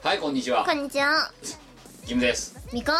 はい、こんにちは。 こんにちは。 キムです。 ミコ。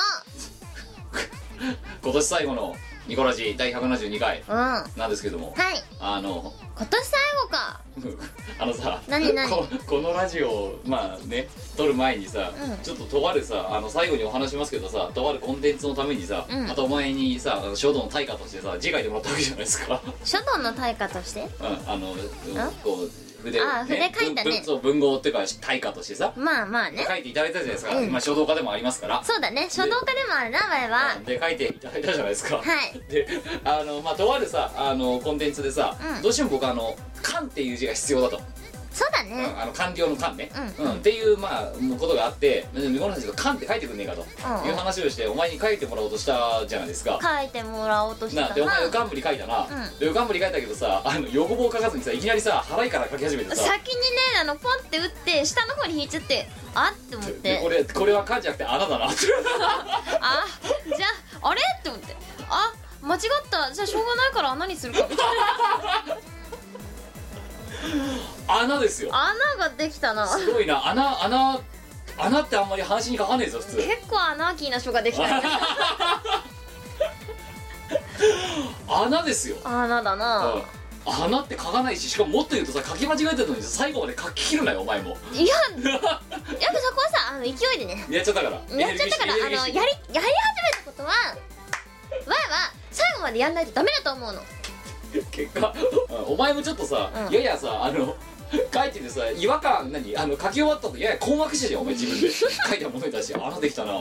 今年最後のミコラジ第172回なんですけども、 はい。今年最後か。 さ、 何このラジオをまあね撮る前にさ、ちょっととあるさ、最後にお話しますけどさ、とあるコンテンツのためにさ、またお前にさ、書道の対価としてさ字書いてもらったわけじゃないですか。 書道の対価として？ こう筆書いたね。 そう、文豪っていうか対価としてさ、 まあまあね、 書いていただいたじゃないですか。今書道家でもありますから。 そうだね、書道家でもあるな、我は。 で書いていただいたじゃないですか。 はい。 でまあとあるさコンテンツでさ、どうしても僕官っていう字が必要だと。 そうだね。 官僚の官ね、っていうまあことがあって、ミコラジが官って書いてくんねえかという話をして、お前に書いてもらおうとしたじゃないですか。 書いてもらおうとしたな。 でお前浮かんぶり書いたな。で浮かんぶり書いたけどさ、横棒書かずにさ、いきなりさ払いから書き始めてさ、 先にねポンって打って下の方に引いちゃって、あって思って、 これは官じゃなくて穴だなってあ、じゃああれって思って、あ、間違った、じゃあしょうがないから穴にするかみたいな。 穴ですよ。 穴ができたな。 すごいな。穴ってあんまり話に書かねえぞ普通。 結構アナーキーな書ができた。 穴ですよ。 穴だな。 穴って書かないし、しかももっと言うとさ、書き間違えてるのに最後まで書き切るなよお前も。 いややっぱそこはさ、勢いでねやっちゃったから、 やり始めたことは最後までやんないとダメだと思うの。 結果、お前もちょっとさ、ややさ書いててさ、違和感書き終わったとやや困惑してじゃんお前自分で。書いたものに対して穴できたな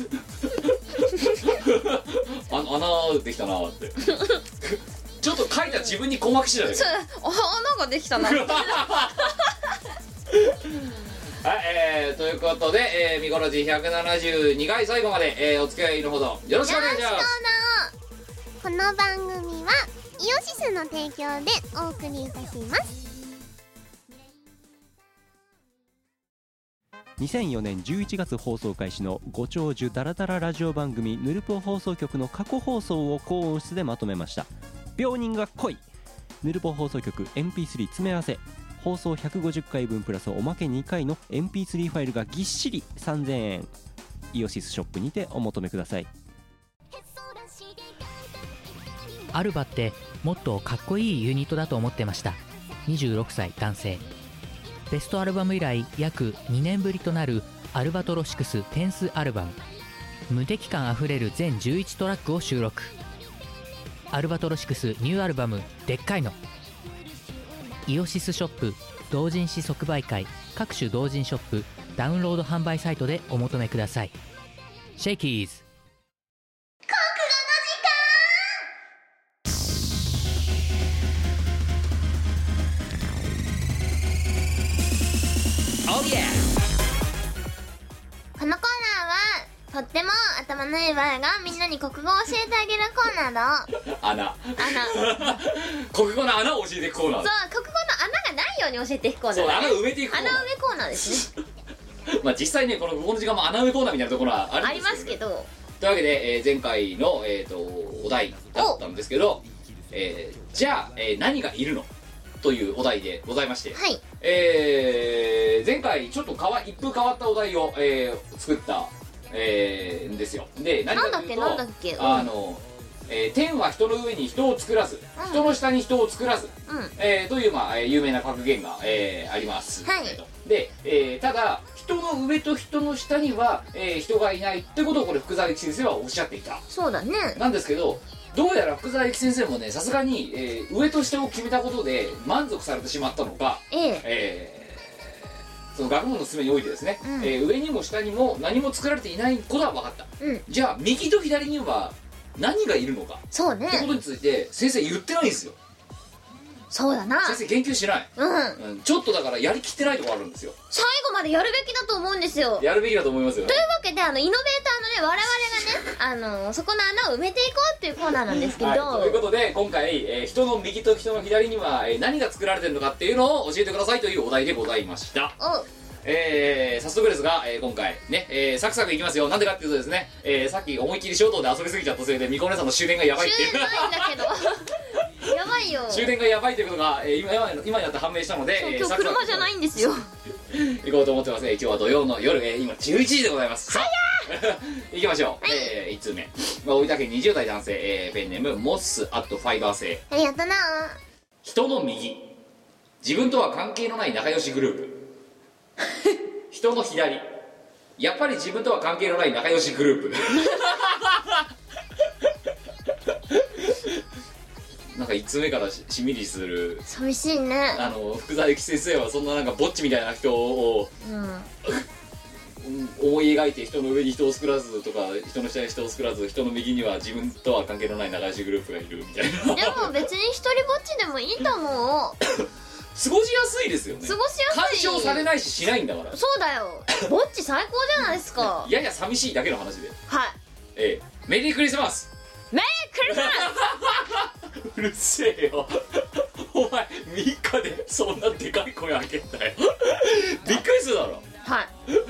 穴できたなってちょっと書いた自分に困惑してたよ。 穴ができたな。 はい、ということで、ミコラジ172回最後まで、お付き合いのほどよろしくお願いします。 この番組はイオシスの提供でお送りいたします。 2004年11月放送開始のご長寿ダラダララジオ番組ヌルポ放送局の過去放送を高音質でまとめました。病人が来い、ヌルポ放送局 MP3 詰め合わせ、放送150回分プラスおまけ2回の MP3 ファイルがぎっしり3000円。イオシスショップにてお求めください。 アルバってもっとかっこいいユニットだと思ってました。26歳男性。ベストアルバム以来約2年ぶりとなるアルバトロシクステンスアルバム。無敵感あふれる全11トラックを収録。アルバトロシクスニューアルバムでっかいの。イオシスショップ同人誌即売会各種同人ショップダウンロード販売サイトでお求めください。シェイキーズ。 このコーナーはとっても頭のいい我がみんなに国語を教えてあげるコーナーだ。 国語の穴を教えていくコーナー。 そう、国語の穴がないように教えていくコーナー。 そう、穴を埋めていくコーナー。 穴埋めコーナーですね。 まあ実際ね、この時間も穴埋めコーナーみたいなところはありますけど。というわけで、前回の、お題だったんですけど、じゃあ、何がいるのというお題でございまして、 はい。 前回ちょっと一風変わったお題を、作ったんですよ。で、何かというと、 なんだっけ天は人の上に人を作らず、人の下に人を作らず、という、まあ、有名な格言が、あります、 はい。 で、ただ人の上と人の下には、人がいないってことをこれ福沢諭吉先生はおっしゃっていた。 そうだね。 なんですけど、どうやら福沢諭吉先生もね、さすがに、上と下を決めたことで満足されてしまったのか、その学問の勧めにおいてですね、上にも下にも何も作られていないことは分かった、じゃあ右と左には何がいるのか、 そうね、 ってことについて先生言ってないんですよ。 そうだな、 先生言及しない、ちょっとだからやりきってないところあるんですよ。 最後までやるべきだと思うんですよ。 やるべきだと思いますよ、ね、 というわけでイノベーターのね我々がねそこの穴を埋めていこうっていうコーナーなんですけど、 ということで今回、人の右と人の左には、何が作られてるのかっていうのを教えてくださいというお題でございました。早速ですが、今回ね、サクサクいきますよ。なんでかっていうとですね、さっき思いっきり衝動で遊びすぎちゃったせいでみこねさんの終電がやばいっていう。 終電ないんだけどやばいいよ。 終電がやばいということが、今になって判明したので、 今日車じゃないんですよ。 行こうと思ってます。今日は土曜の夜、今11時でございます。さあ行きましょう。1通目、大分県20代男性、ペンネームモスアットファイバー製。 ありがとな。 人の右、自分とは関係のない仲良しグループ。人の左、やっぱり自分とは関係のない仲良しグループ。なんか1通目からしみりする。 寂しいね。 福沢諭吉先生はそんななんかぼっちみたいな人を、思い描いて、人の上に人を作らずとか、人の下に人を作らず、人の右には自分とは関係のない仲良しグループがいるみたいな。 でも別に一人ぼっちでもいいと思う。 過ごしやすいですよね。 過ごしやすい。 干渉されないししないんだから。 そうだよ。ぼっち最高じゃないですか。 やや寂しいだけの話で。 はい。 メリークリスマス。 メリークリスマス。 うるせえよ。お前3日でそんなでかい声開けんだよ。びっくりするだろ。 はい。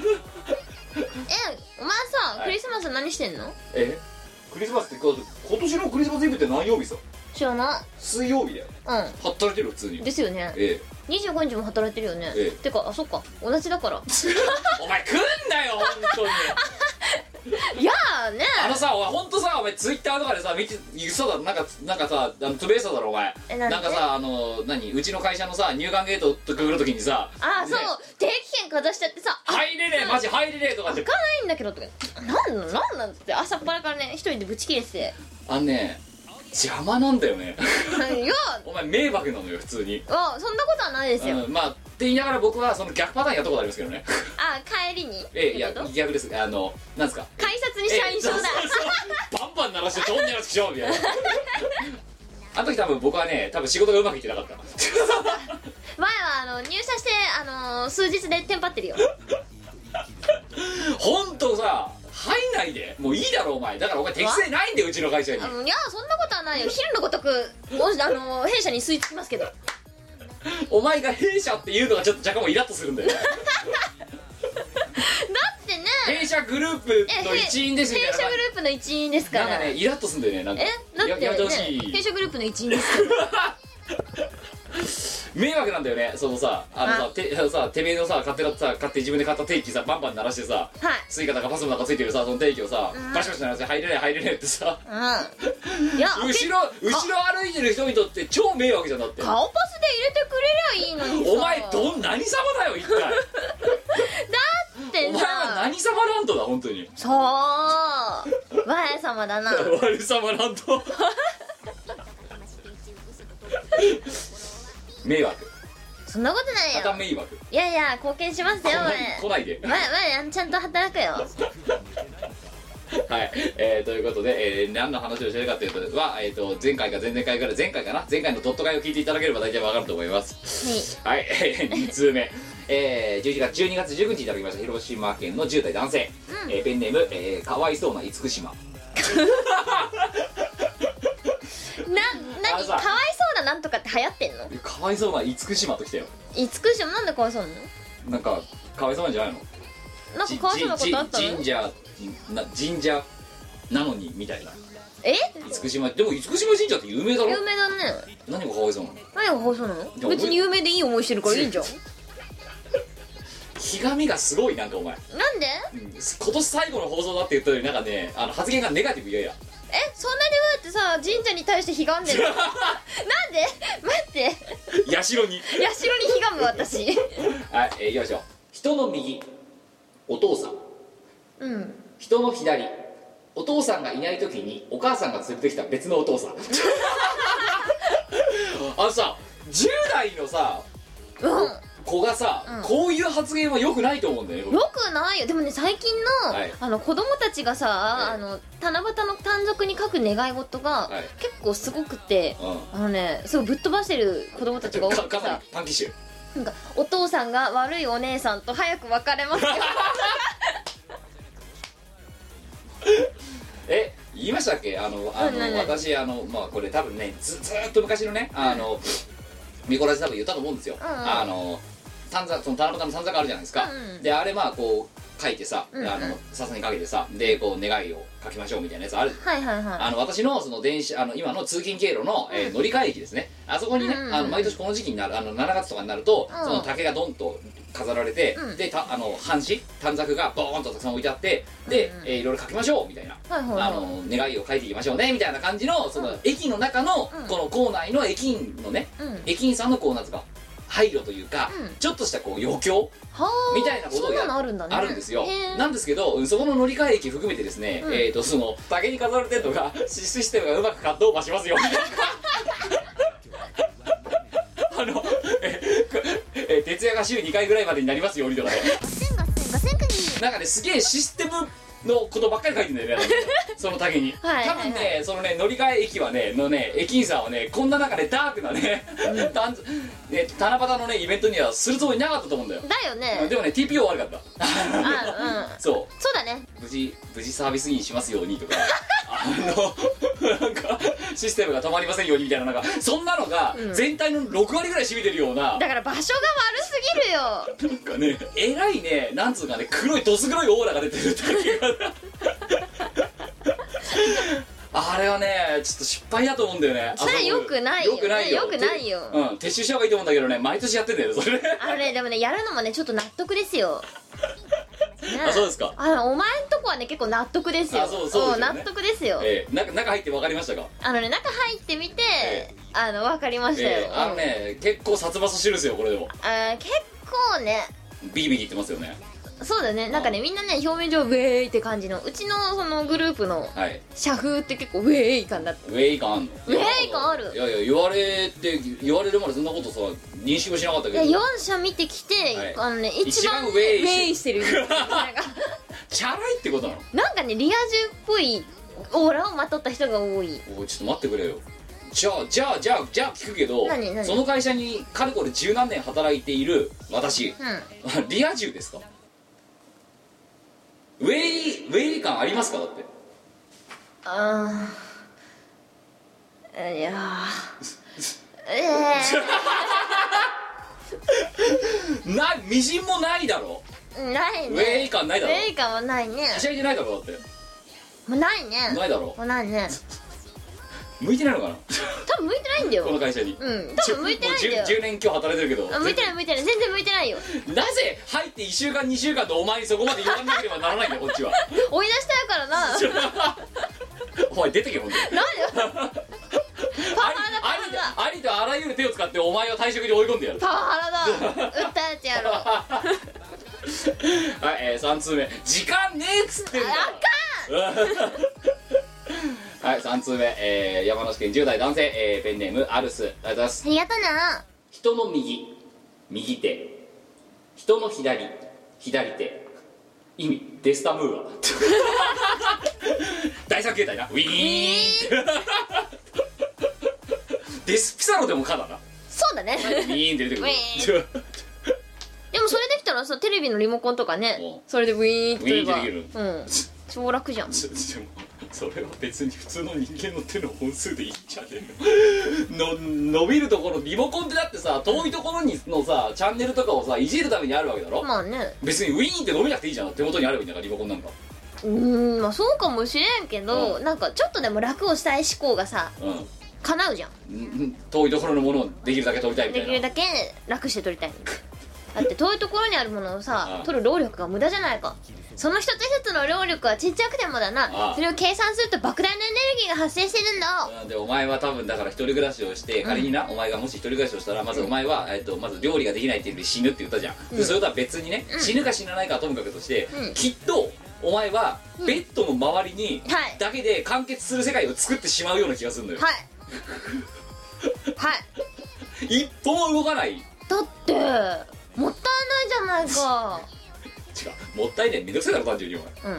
お前さ、クリスマス何してんの？ クリスマスって今年のクリスマスイブって何曜日さ？ 知らない。 水曜日だよ。働いてるよ普通に。ですよね。25日も働いてるよね。てか、あ、そっか、同じだから。 お前来んなよ本当に。 いやーね。 さ、お前ほんとさ、お前ツイッターとかでさ見て言ってただろ。なんかさ、つぶやいてただろお前。なんかさ、うちの会社のさ入館ゲートくぐるときにさ、 あ、そう、定期券かざしちゃってさ、 入れねえ、マジ入れねえとかって。 行かないんだけどとか、なんって朝っぱらからね、一人でブチ切れてて。 邪魔なんだよね。 いやお前迷惑なのよ普通に。 そんなことはないですよ。 まあって言いながら僕はその逆パターンやったことありますけどね。 帰りに。 いや逆です。なんですか。 改札に社員証だ。 バンバン鳴らしてどんなやつ来ちゃうみたいな。あの時多分僕はね、多分仕事がうまくいってなかった。 前は入社して数日でテンパってるよ。 ほんとさ、入んないでもういいだろお前。だからお前適性ないんだようちの会社に。いやそんなことはないよ。昼のごとく弊社に吸い付きますけど。 お前が弊社っていうのがちょっと若干もイラッとするんだよ。だってね、 弊社グループの一員ですみたいな。 弊社グループの一員ですから。 なんかねイラッとするんだよね。なんかだってね、弊社グループの一員ですから。 迷惑なんだよね。そのさ、てめえのさ勝手自分で買った定期さバンバン鳴らしてさ、スイカだかパスモだかついてるさその定期をさ、バシバシ鳴らして入れねえってさ、いや後ろ歩いてる人にとって超迷惑じゃん。だって顔パスで入れてくれりゃいいのにさ。 お前何様だよ一体。だってお前は何様ランドだ本当に。 そう、我様だな。 我様ランド。迷惑。 そんなことないよ。 迷惑。 いやいや貢献しますよ。 来ないで。 ちゃんと働くよ。 はい、ということで、何の話をしてるかというとは、前回か前々回から前回のドット会を聞いていただければ大体わかると思います。はい、2通目、12月19日いただきました。広島県の10代男性、ペンネーム、かわいそうな厳島。 かわいそうななんとかって流行ってんの？ かわいそうな厳島ときたよ。 厳島なんでかわいそうなの？ なんかかわいそうなんじゃないの？ なんかかわいそうなことあったの？ 神社なのにみたいな。厳島でも厳島神社って有名だろ？ 有名だね。 何がかわいそうなの？ 何がかわいそうなの？別に有名でいい思いしてるからいいんじゃん。 ひがみがすごい。なんかお前なんで？ 今年最後の放送だって言ったよりなんかね、発言がネガティブ。いやいやそんなにうってさ神社に対してひがんでる。なんで？待って。 社にひがむ私。 はい、いきましょう。人の右お父さん、人の左お父さんがいない時にお母さんが連れてきた別のお父さん。さ10代のさ、子がさ、こういう発言は良くないと思うんだよね。 良くないよ。でもね、最近の、子供たちがさ、七夕の短冊に書く願い事が、結構すごくて、すごいぶっ飛ばしてる子供たちが多くてさ、 短期集なんかお父さんが悪いお姉さんと早く別れますよ。 言いましたっけ？私これ多分ねずっと昔のねミコラジ多分言ったと思うんですよ。 短冊、その七夕の短冊あるじゃないですか、であれまあこう書いてさ、笹にかけてさ、でこう願いを書きましょうみたいなやつある。私のその電車今の通勤経路の、乗り換え駅ですね、あそこにね、毎年この時期になる7月とかになると、その竹がドンと飾られて、で半紙短冊がボーンとたくさん置いてあって、で、いろいろ書きましょうみたいな、願いを書いていきましょうねみたいな感じの、その駅の中の、この構内の駅員のね、駅員さんのこうなんですか配慮というか、ちょっとしたこう余興みたいなことをあるんですよ。なんですけど、そこの乗り換え駅含めてですね、その竹に飾られてるのがシステムがうまくカットオーバーしますよみたいな徹夜が週2回ぐらいまでになりますよとかね、なんかねすげえシステムのことばっかり書いてんだよねその竹に。多分ねそのね乗り換え駅はねのね駅員さんはねこんな中でダークなね七夕のねイベントにはするつもりなかったと思うんだよ。 だよね。 でもね TPO 悪かったそうだね。 無事サービスインしますようにとかなんかシステムが止まりませんようにみたいな、なんかそんなのが全体の6割ぐらい占めてるような、 だから場所が悪すぎるよ。 なんかねえらいね、なんつうかね黒いどす黒いオーラが出てる竹があれはねちょっと失敗だと思うんだよね。 それはよくないよ。よくないよ。 撤収した方がいいと思うんだけどね、毎年やってんだよそれでもねやるのもねちょっと納得ですよあ、そうですか。 お前んとこはね結構納得ですよ。そう納得ですよ。 中入って分かりましたか？ 中入ってみて分かりましたよ。 結構殺伐してるんですよこれでも。 結構ねビキビキ言ってますよね。 そうだね、なんかねみんなね表面上ウェーイって感じの、うちのそのグループの社風って結構ウェーイ感だった。 ウェーイ感あんの？ ウェーイ感ある。 いや言われるまでそんなことさ認識もしなかったけど、 4社見てきて、一番ウェーイしてるチャラいってことなの？ なんかねリア充っぽいオーラをまとった人が多い。 ちょっと待ってくれよ。じゃあ聞くけど、その会社にかれこれ十何年働いている私、リア充ですか？ウェイ感ありますか？だっていやみじんもないだろ。 ないね。 ウェイ感ないだろ。 ウェイ感はないね。 はしゃいでないだろ。だってもうないね。 ないだろ。 もうないね。 向いてないのかな。 多分向いてないんだよこの会社に。 多分向いてないんだよ。 10年今日働いてるけど向いてない全然向いてないよ。 なぜ入って1週間2週間とお前にそこまで言わなければならないんだよこっちは。 追い出したいからなお前出てけほんとに。なんでありとあらゆる手を使ってお前を退職に追い込んでやる。 パワハラだ訴えてやろうはい、3通目時間ねえっつってんだ。 あかんはい、3通目、山梨県10代男性、ペンネームアルス。ありがとうございます。 ありがとな。 人の右手、人の左手、意味デスタムーア第三形態な。ウィーンデスピサロでもかだな。 そうだね。 ウィーンって出てくる。 でもそれできたらさテレビのリモコンとかね、それでウィーンって言えば超楽じゃん。 それは別に普通の人間の手の本数でいいんじゃねえの伸びるところリモコンってだってさ遠いところにのさチャンネルとかをさいじるためにあるわけだろ。 まあね別にウィーンって伸びなくていいじゃん。手元にあればいいんだからリモコンなんか。 まあそうかもしれんけど、なんかちょっとでも楽をしたい思考がさ叶うじゃん。 遠いところのものをできるだけ取りたいみたいな。 できるだけ楽して取りたいだって遠いところにあるものをさ取る労力が無駄じゃないか。その一つ一つの労力はちっちゃくてもだな、それを計算すると莫大なエネルギーが発生してるんだ。 でお前は多分だから一人暮らしをして仮にな、お前がもし一人暮らしをしたらまずお前は、まず料理ができないっていうのに死ぬって言ったじゃん、でそれとは別にね、死ぬか死なないかはともかくとして、きっとお前はベッドの周りにだけで完結する世界を作ってしまうような気がするんだよ。一歩も動かない。 だってもったいないじゃないか。 違う、もったいねえ、めんどくせえだろ単純にお前。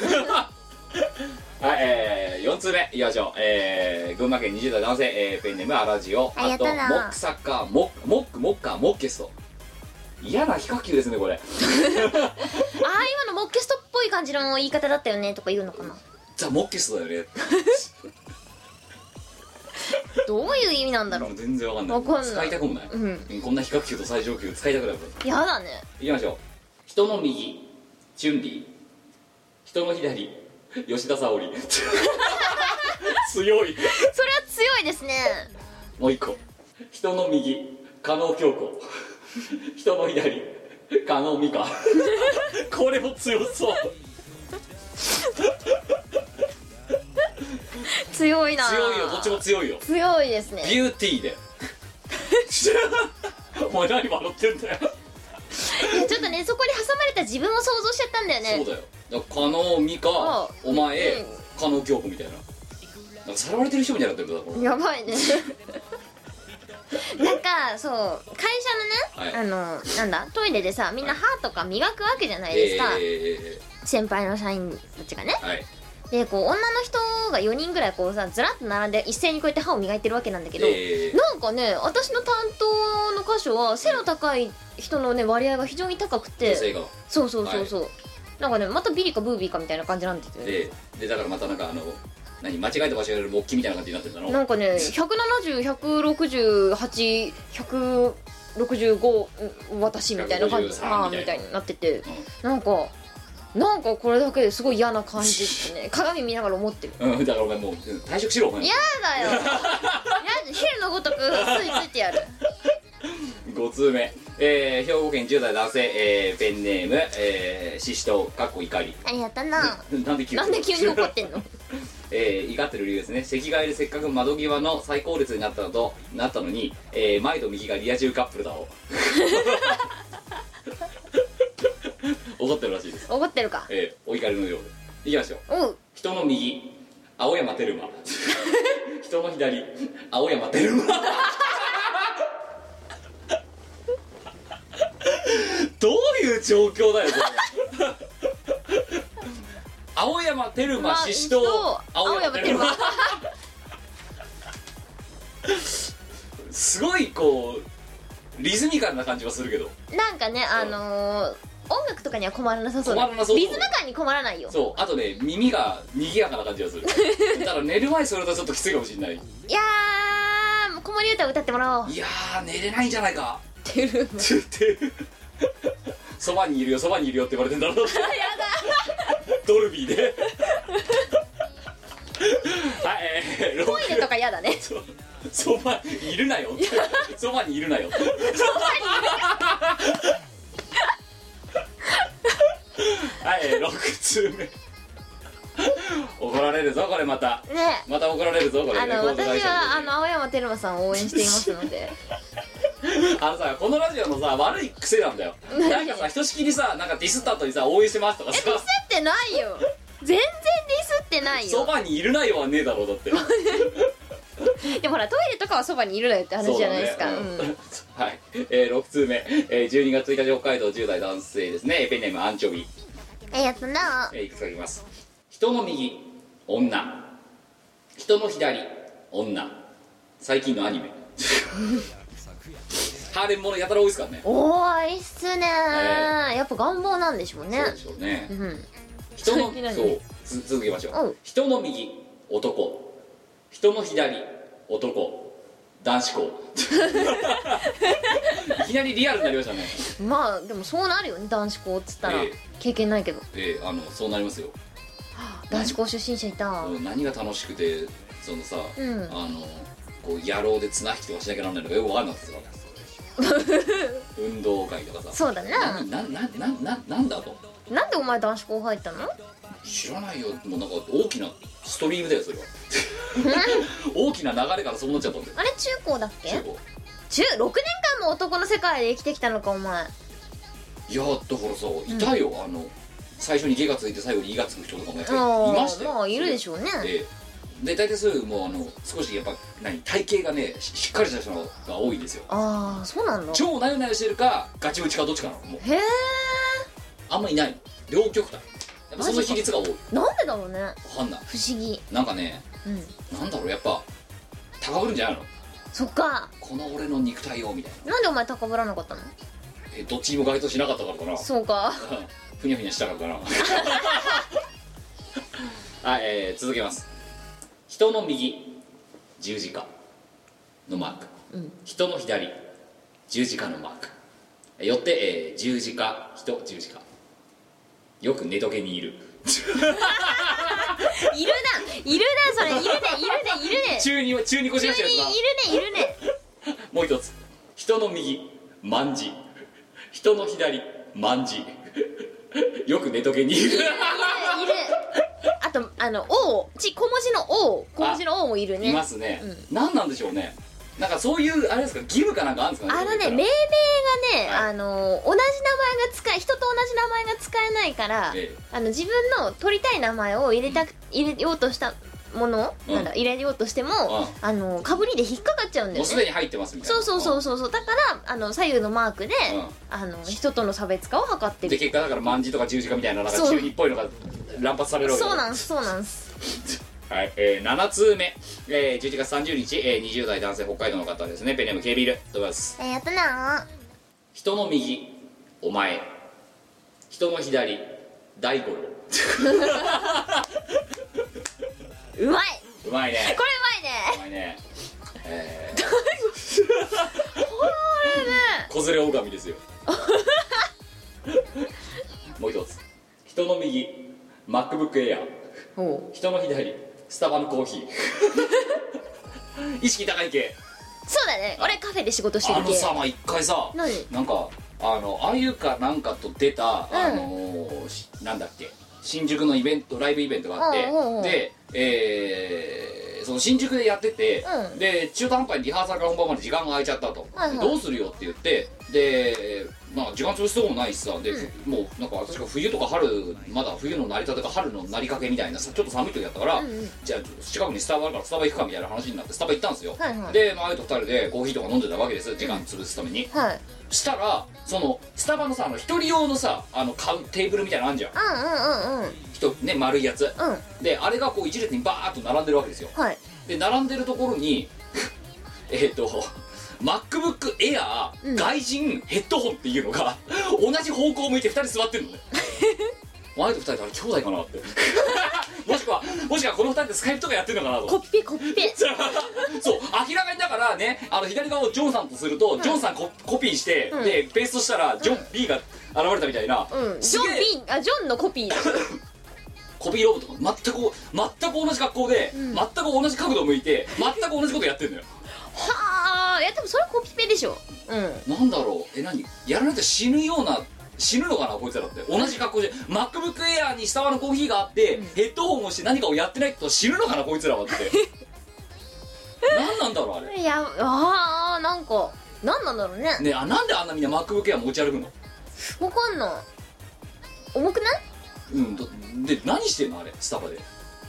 はい、4通目いきましょう。群馬県20代男性、ペンネームアラジオ。あとモックサッカーモックモッケスト。嫌な非課級ですねこれ。 今のモッケストっぽい感じの言い方だったよねとか言うのかな。 ザ・モッケストだよね。 どういう意味なんだろう。 全然わかんない。 わかんない。 使いたくもない、こんな比較級と最上級使いたくないもん。 やだね。 いきましょう。人の右チュンリー、人の左吉田沙保里強い。 それは強いですね。 もう一個、人の右加納京子、人の左加納美香これも強そう。 強いな。 強いよ、どっちも強いよ。 強いですね。 ビューティーでお前何笑ってんだよ。 いやちょっとね、そこに挟まれた自分を想像しちゃったんだよね。 そうだよ。だから加納美香、お前、加納京子みたいな、なんかさらわれてる人みたいになってるんだから。 やばいねなんかそう会社のね、なんだトイレでさみんな歯とか磨くわけじゃないですか、先輩の社員たちがね、でこう女の人が4人ぐらいこうさずらっと並んで一斉にこうやって歯を磨いてるわけなんだけど、なんかね私の担当の箇所は背の高い人のね割合が非常に高くて、 女性がそう、なんかねまたビリかブービーかみたいな感じなんですよね。 でだからまたなんか何間違えた場所がある木みたいな感じになってるんだろ。 なんかね170、168、165私みたいな感じみたいになってて、なんかこれだけですごい嫌な感じってね鏡見ながら思ってる。 だからお前もう退職しろお前。 嫌だよ昼のごとくついついてやる。 5通目、兵庫県10代男性、ペンネーム、ししとかっこ怒り。 ありがとうななんで急に怒ってんの怒ってる理由ですね。席替えでせっかく窓際の最高列になったのに、前と右がリア充カップルだを怒ってるらしいです。 怒ってるか。 お怒りのようで。いきましょう。人の右青山テルマ人の左青山テルマどういう状況だよこれ青山テルマシシトウ青山テルマすごいこうリズミカルな感じはするけど、 なんかね音楽とかには困らなさそうだ。リズム感に困らないよ。 そう、あとね耳が賑やかな感じがするだから寝る前それとちょっときついかもしれない。 いやーもう子守歌歌ってもらおう。 いやー寝れないんじゃないか。 テルマそばにいるよそばにいるよって言われてんだろうやだドルビーではい、 トイレとかやだね。 そばにいるなよそばにいるなよはい、6通目怒られるぞこれまたね。 また怒られるぞこれ。 私は青山テルマさんを応援していますのでさこのラジオのさ悪い癖なんだよ。なんかさひとしきりさなんかディスった後にさ応援してますとかさ。 ディスってないよ全然ディスってないよ。 そばにいるなよはねえだろうだってでもほらトイレとかはそばにいるなよって話じゃないですか。 はい、6通目、12月1日北海道10代男性ですね。ペンネームアンチョビ。 やったな。 いくつかいきます。人の右女、人の左女、最近のアニメハーレムものやたら多いですからね。 多いっすね、やっぱ願望なんでしょうね。 そうでしょうね、人のそう続けましょう。人の右男、人の左男、男子校いきなりリアルになりましたね。 まあでもそうなるよね男子校っつったら、経験ないけどそうなりますよ。 男子校出身者いた。 何が楽しくてそのさ、こう野郎で綱引きとかしなきゃならないのがよく分かんなくてさ運動会とかさ。 そうだな。 なんだと。 なんでお前男子校入ったの？ 知らないよ。もうなんか大きなストリームだよそれは大きな流れからそうなっちゃったんだよ。 あれ中高だっけ？6年間も男の世界で生きてきたのかお前。 いやだからさいたよ、最初に下がついて最後に「い」がつく人とかもやっぱりいましたよ。 まあいるでしょうね。 で大体そういうもう少しやっぱ体型がねしっかりした人が多いんですよ。 ああそうなんだ。 超なよなよしてるかガチ打ちかどっちかなの。もうへえ。 あんまいないの両極端。やっぱその比率が多い。 なんでだろうね。 わかんない。 不思議。 なんかね、なんだろうやっぱ高ぶるんじゃないの。 そっか。この俺の肉体をみたいな。 なんでお前高ぶらなかったの？ どっちにも該当しなかったからかな。 そうかふにゃふにゃしたからかなはい、続けます。人の右十字架、 のマーク、人の左十字架のマーク、よって、十字架人十字架、よく寝とけにいるいるなそれ、いるね中に腰出してるやつだ。 いるねもう一つ、人の右卍、人の左卍、よく寝とけにいるあとO、小文字の O、小文字の O もいるね。 いますね、何なんでしょうね。なんかそういうあれですか、義務かなんかあるんですかね。 命名がね、同じ名前が人と同じ名前が使えないから、自分の取りたい名前を入れようとしたもの、入れようとしても、かぶりで引っかかっちゃうんだよね。 もうすでに入ってますみたいな。 そうだから左右のマークで、人との差別化を図ってる。 で結果だから卍とか十字架みたいななんか中二っぽいのが乱発されるわけ。 そうなんですはい、7通目、11月30日、20代男性北海道の方ですね。ペンネームケビルどうです。 やったな。 人の右お前、人の左大五郎うまいねこれうまいねこれね子連れ狼ですよもう一つ、人の右 MacBook Air、人の左スタバのコーヒー意識高い系。 そうだね、俺カフェで仕事してる系。 さ、一回さ、なんかあゆかなんかと出た、なんだっけ、新宿のイベント、ライブイベントがあって、で、その新宿でやってて、で中途半端にリハーサルから本番まで時間が空いちゃったと、どうするよって言って、でまあ時間潰すとこもないしさ、で、もうなんか確か冬とか春、まだ冬の成り立てか春のなりかけみたいなさ、ちょっと寒い時だったから、じゃあ近くにスタバあるからスタバ行くかみたいな話になってスタバ行ったんですよ。で、あゆと2人でコーヒーとか飲んでたわけです、時間潰すために。したらそのスタバのさ、一人用のさ、買うテーブルみたいなのあんじゃん、人ね、丸いやつ、であれがこう一列にバーッと並んでるわけですよ。で並んでるところにMacBook Air、外人ヘッドホンっていうのが同じ方向を向いて2人座ってるのねあれと2人であれ兄弟かなってもしくはこの2人でスカイプとかやってるのかなと。 コピそう、明らかにだからね、左側をジョンさんとすると、ジョンさんコピーして、でペーストしたらジョン B が現れたみたいな、 ジョンのコピーコピーロボとか全く同じ格好で、全く同じ角度を向いて全く同じことやってるのよ。 はあ、いやでもそれはコピペでしょ。 なんだろう、何やらないと死ぬのかなこいつらって。同じ格好で MacBook Air にスタバのコーヒーがあって、ヘッドホンをして何かをやってないと死ぬのかなこいつらはって何なんだろうあれ。 いや、なんか何なんだろうね。 なんであんなみんな MacBook Air 持ち歩くの。 わかんない。重くない？ で何してんのあれスタバで。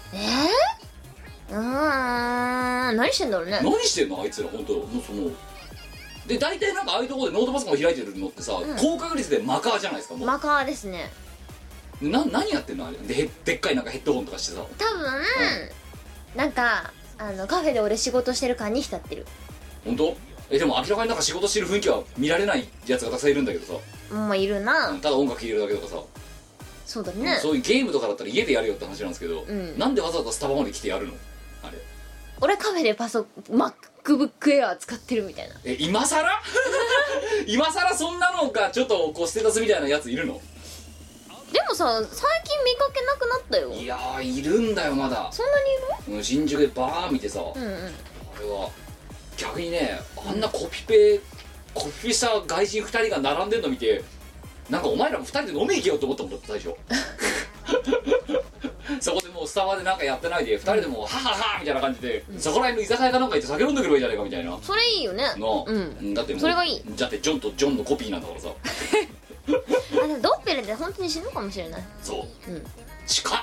何してんだろうね。 何してんのあいつら本当。で大体なんかああいうところでノートパソコンを開いてるのってさ、高確率でマカーじゃないですか。もうマカーですね。 何やってんのあれでっかいなんかヘッドホンとかしてさ。 多分、なんかカフェで俺仕事してる感に浸ってる。 本当？でも明らかになんか仕事してる雰囲気は見られないやつがたくさんいるんだけどさ。 いるな。 ただ音楽聴いてるだけとかさ。 そうだね。 そういうゲームとかだったら家でやるよって話なんですけど、なんでわざわざスタバまで来てやるのあれ。 俺カフェでMacBook Air 使ってるみたいな。 今さら今さらそんなのがちょっとこうステータスみたいなやついるの。 でもさ、最近見かけなくなったよ。 いやー、いるんだよまだ。 そんなにいるの？ 新宿でバー見てさ、あれは逆にね、あんなコピペした外人2人が並んでんの見て、なんかお前らも2人で飲み行けよって思ったもんだって最初そこでもうスタバでなんかやってないで2人でもうはははみたいな感じで、そこら辺の居酒屋かなんか行って酒飲んでくればいいじゃないかみたいな。 それいいよね。 だってもうそれがいい。 だってジョンとジョンのコピーなんだからさでもドッペルで本当に死ぬかもしれない。 そう、近っ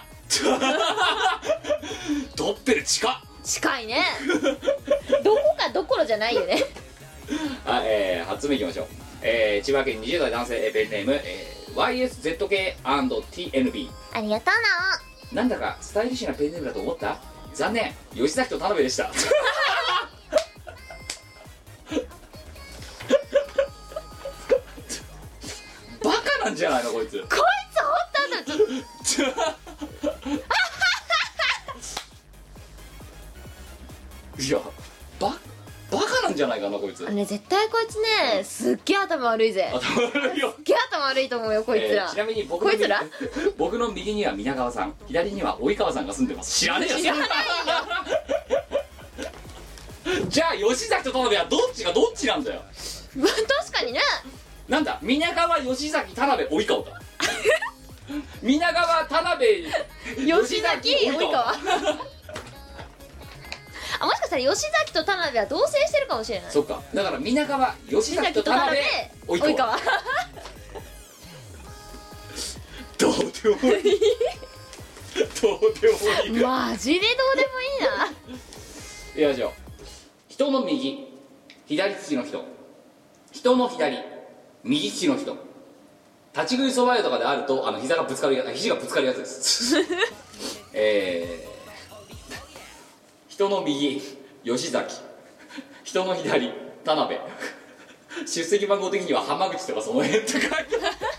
ドッペル近いねどこかどころじゃないよね初目いきましょう。千葉県20代男性ペンネーム、YSZK&TNB。 ありがとうなんだかスタイリッシュなペンネームだと思った？残念、吉崎と田辺でしたバカなんじゃないのこいつ。 こいつ本当だいやバカなじゃないかなこいつ。 絶対こいつね、すっげえ頭悪いぜ。 頭悪いよ。 すっげえ頭悪いと思うよこいつら。 ちなみに僕こいつら僕の右には皆川さん、左には及川さんが住んでます。知らねえよ。知らないよ。じゃあ吉崎と田辺はどっちがどっちなんだよ。 確かにね。なんだ、皆川、吉崎、田辺、及川か。皆川、田辺、 吉崎、及川。あ、もしかしたら吉崎と田辺は同棲してるかもしれない。 そっか、だから皆川、吉崎と田辺、及川。どうでもいい。どうでもいい。 マジでどうでもいいな。 いやじゃあ、人の右、左利きの人、人の左、右利きの人、立ち食いそば屋とかであると膝がぶつかるやつ、肘がぶつかるやつです人の右吉崎、人の左田辺、出席番号的には浜口とかその辺って書いてある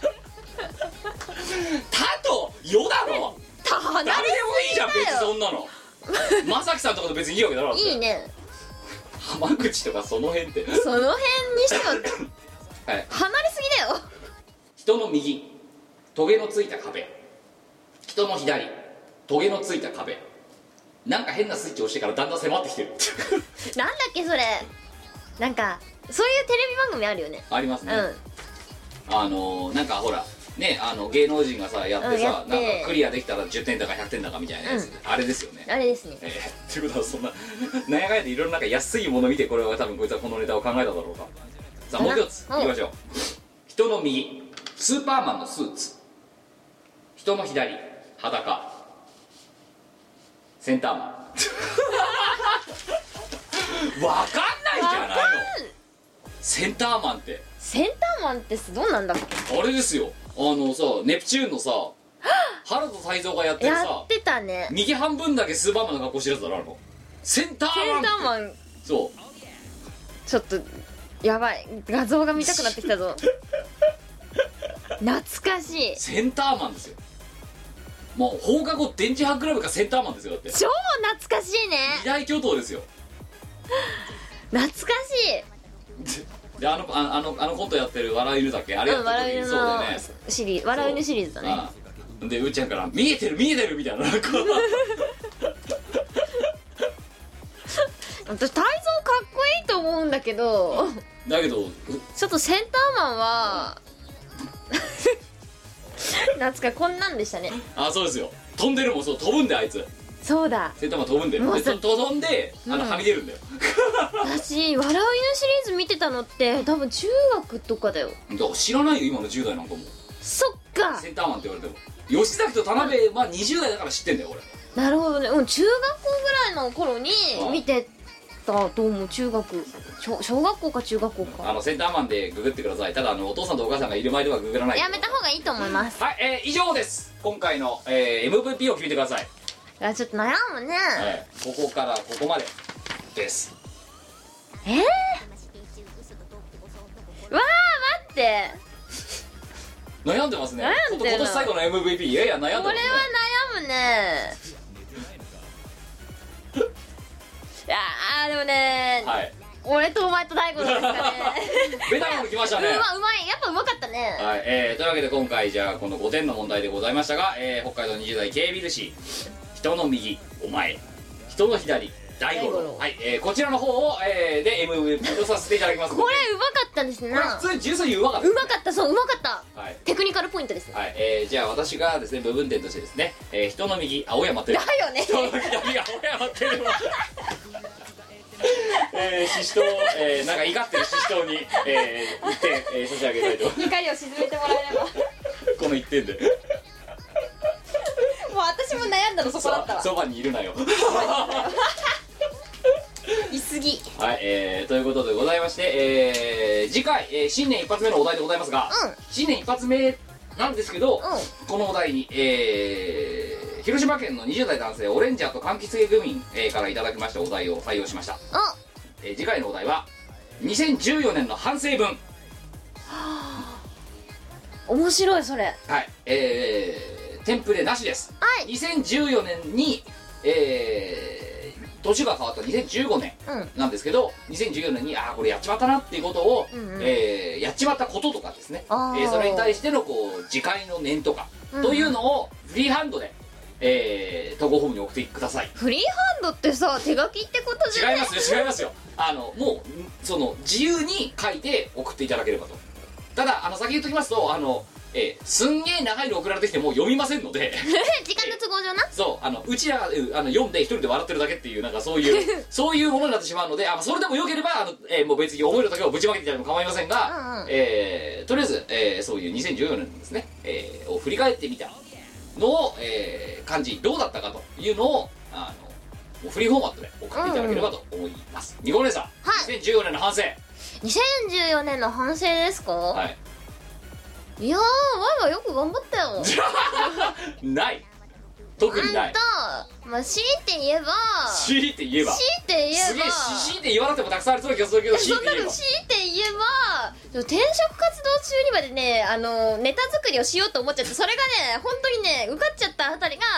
他とよだろ。誰でもいいじゃん別にそんなの。正樹さんとかと別にいいわけだろ。 いいね。 浜口とかその辺ってその辺にしては、はい、離れすぎだよ。 人の右トゲのついた壁、人の左トゲのついた壁。なんか変なスイッチ押してからだんだん迫ってきてるなんだっけそれ。なんかそういうテレビ番組あるよね。 ありますね、なんかほらね、芸能人がさやってさ、なんかクリアできたら10点だか100点だかみたいなやつ、あれですよね。 あれですね。 ということはそんななんやかんやでいろいろなんか安いもの見て、これは多分こいつはこのネタを考えただろうか。さあもう一ついきましょう。人の右スーパーマンのスーツ、人の左裸センターマンわかんないんじゃないの。センターマンって、 センターマンってどうなんだっけ。 あれですよ、さネプチューンのさ原田泰造がやってるさ、 やってたね。 右半分だけスーパーマンの格好してるやつだろ。センターマン。 センターマン。 そうちょっとやばい、画像が見たくなってきたぞ懐かしい。 センターマンですよ。もう放課後電磁波クラブがセンターマンですよ。だって超懐かしいね。 二大巨頭ですよ。 懐かしい。 でコントやってる笑い犬だっけ、あれやった時にそうだね、 笑い犬シリーズだね。 でうーちゃんから見えてる見えてるみたいな私泰造かっこいいと思うんだけど、 だけどちょっとセンターマンは懐かこんなんでしたね。 あ、そうですよ。飛んでるもん。そう、飛ぶんだよあいつ。 そうだ、 センターマン飛ぶんだよ。で飛んではみ出るんだよ私笑う犬シリーズ見てたのって多分中学とかだよ。 だから知らないよ今の10代なんかも。 そっか、 センターマンって言われても。吉崎と田辺は20代だから知ってんだよ俺。 なるほどね。中学校ぐらいの頃に見てたと思う。中学小学校か中学校か。 センターマンでググってください。ただお父さんとお母さんがいる前ではググらない。 やめた方がいいと思います。 はい、以上です。今回の、MVP を決めてください。 いやちょっと悩むね、 ここからここまでです。 わあ待って悩んでますね。 悩んでる今年最後の MVP。いやいや悩んでますね。 これは悩むねいやでもね、はい、俺とお前と大悟のですかねベタなの来ましたね。 うまい、やっぱうまかったね。 はい、というわけで今回じゃあこの5点の問題でございましたが、北海道20代 K ビル市、人の右お前、人の左大五郎、はい、こちらの方を、で MVP とさせていただきます。 これうまかったですね。 これ普通に純粋にうまかった、 うまかった、そううまかった、はい、テクニカルポイントです。 はい、じゃあ私がですね部分点としてですね、人の右青山テルマだよね、 人の左青山テルマシシトウ、なんか怒ってるシシトウに、1点、差し上げたいと怒りを沈めてもらえればこの1点でもう私も悩んだのそこだったわ。 そばにいるなよいすぎ。 はい、ということでございまして、次回、新年一発目のお題でございますが、新年一発目なんですけど、このお題に、広島県の20代男性オレンジャーと柑橘系グミン、からいただきましたお題を採用しました。次回のお題は2014年の反省文。 面白いそれ。 はい、テンプレなしです。 はい、 2014年に、 年が変わった2015年なんですけど、2014年にこれやっちまったなっていうことを、やっちまったこととかですね、それに対してのこう次回の念とか、というのをフリーハンドで投稿フォームに送ってください。 フリーハンドってさ手書きってことじゃない？ 違いますよもうその自由に書いて送っていただければと。ただ先言っときますとすんげえ長いの送られてきてもう読みませんので時間の都合上な。 そううちらが読んで一人で笑ってるだけっていうなんかそういうものになってしまうので、それでもよければもう別に思いの丈をぶちまけていただいても構いませんが、とりあえずそういう2014年のですね、を振り返ってみたのを、感じどうだったかというのをもうフリーフォーマットで送っていただければと思います。ニコ姉さん、2014年の反省。 2014年の反省ですか？はい。いやー、ワイはよく頑張ったよ。 ない。特にない。 まあ強いて言えばすげえ強いて言わなくてもたくさんありそうな気がするけど、強いて言えば転職活動中にまでねネタ作りをしようと思っちゃって、それがね本当にね受かっちゃったあたりが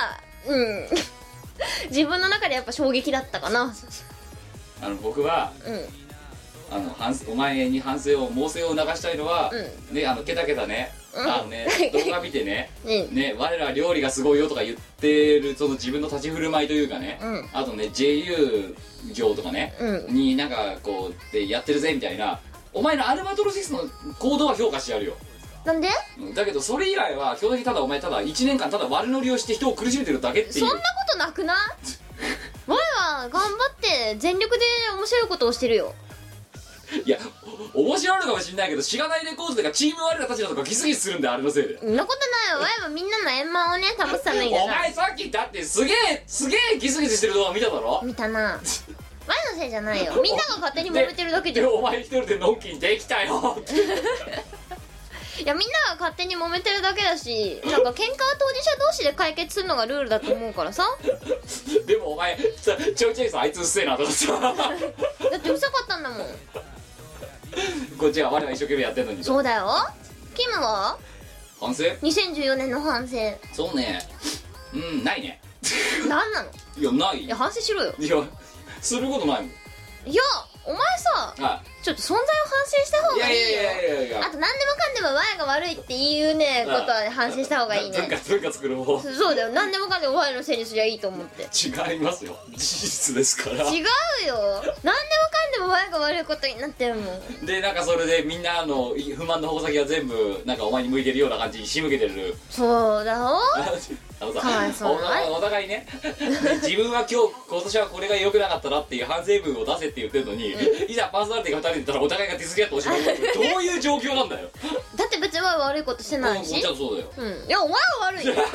自分の中でやっぱ衝撃だったかな。 僕はお前に反省を猛省を流したいのは、ねケタケタね動画見てね我ら料理がすごいよとか言ってるその自分の立ち振る舞いというかね、あとね JU 業とかね、になんかこうでやってるぜみたいな、お前のアルバトロシスの行動は評価してやるよ。 なんで？ だけどそれ以外は基本的にただお前1年間ただ悪乗りをして人を苦しめてるだけっていう。 そんなことなくない？我は頑張って全力で面白いことをしてるよ。 いや面白いのかもしれないけど、しがないレコードとかチーム我らたちだとかギスギスするんで、あれのせいで。 そんなことないよ。わいはみんなの円満をね保つためにだから。 お前さっきだってすげえギスギスしてる動画見ただろ。 見たな。わいのせいじゃないよ。みんなが勝手に揉めてるだけじゃん。 お前一人でのんきにできたよっていやみんなが勝手に揉めてるだけだし、なんか喧嘩は当事者同士で解決するのがルールだと思うからさ。 でもお前ちょいちょいさあいつうっせえなとかさだってうるさかったんだもん。 こっちは我々一生懸命やってんのに。 そうだよ。キムは反省 ？2014年の反省。 そうね、ないね。 なんなの？ いやない。 いや反省しろよ。 いやすることないもん。 いやお前さ、ちょっと存在を反省した方がいいよ。いやあと何でもかんでもワイが悪いっていうねことは反省した方がいいね。 文化作る方。 そうだよ。何でもかんでもワイのせいにすりゃいいと思って。 違いますよ、事実ですから。 違うよ。何でもかんでもワイが悪いことになってるもん。 でなんかそれでみんなの不満の矛先が全部なんかお前に向いてるような感じに仕向けてる。 そうだよ。かわいそうな。 お互いね自分は今年はこれが良くなかったなっていう反省文を出せって言ってるのに、いざパーソナリティが2人で言ったらお互いがディスり合っておしまい。どういう状況なんだよ。 だって別にワイは悪いことしてないし。 もちろんそうだよ。 いやお前は悪いよ。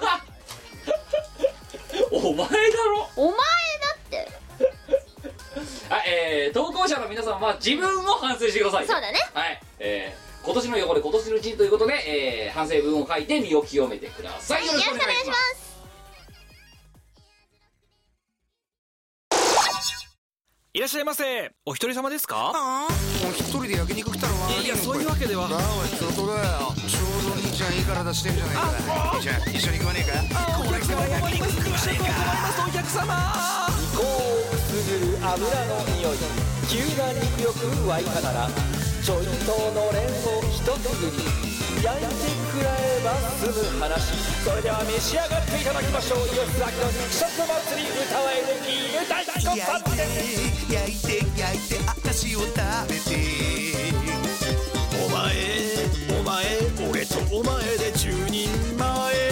お前だろ。 お前だって投稿者の皆さんは自分を反省してください。 そうだね。 はい、今年の汚れ今年のうちにということで、反省文を書いて身を清めてください。よろしくお願いします。 いらっしゃいませ。お一人様ですか？ もう一人で焼肉食ったら悪いの。 いやそういうわけでは。 おいそこだよ。ちょうど兄ちゃんいい体してんじゃないか。兄ちゃん一緒に食わねえか。 お客様焼肉食わねえか。お客様胃口をくすぐる油の匂い、急な肉欲湧いたならちょいとのれんを一くぐり焼いてくらえば済む話。それでは召し上がっていただきましょう。吉崎の肉食祭り歌わえできる大根パンです。 焼いて私を食べて。 お前俺とお前で10人前。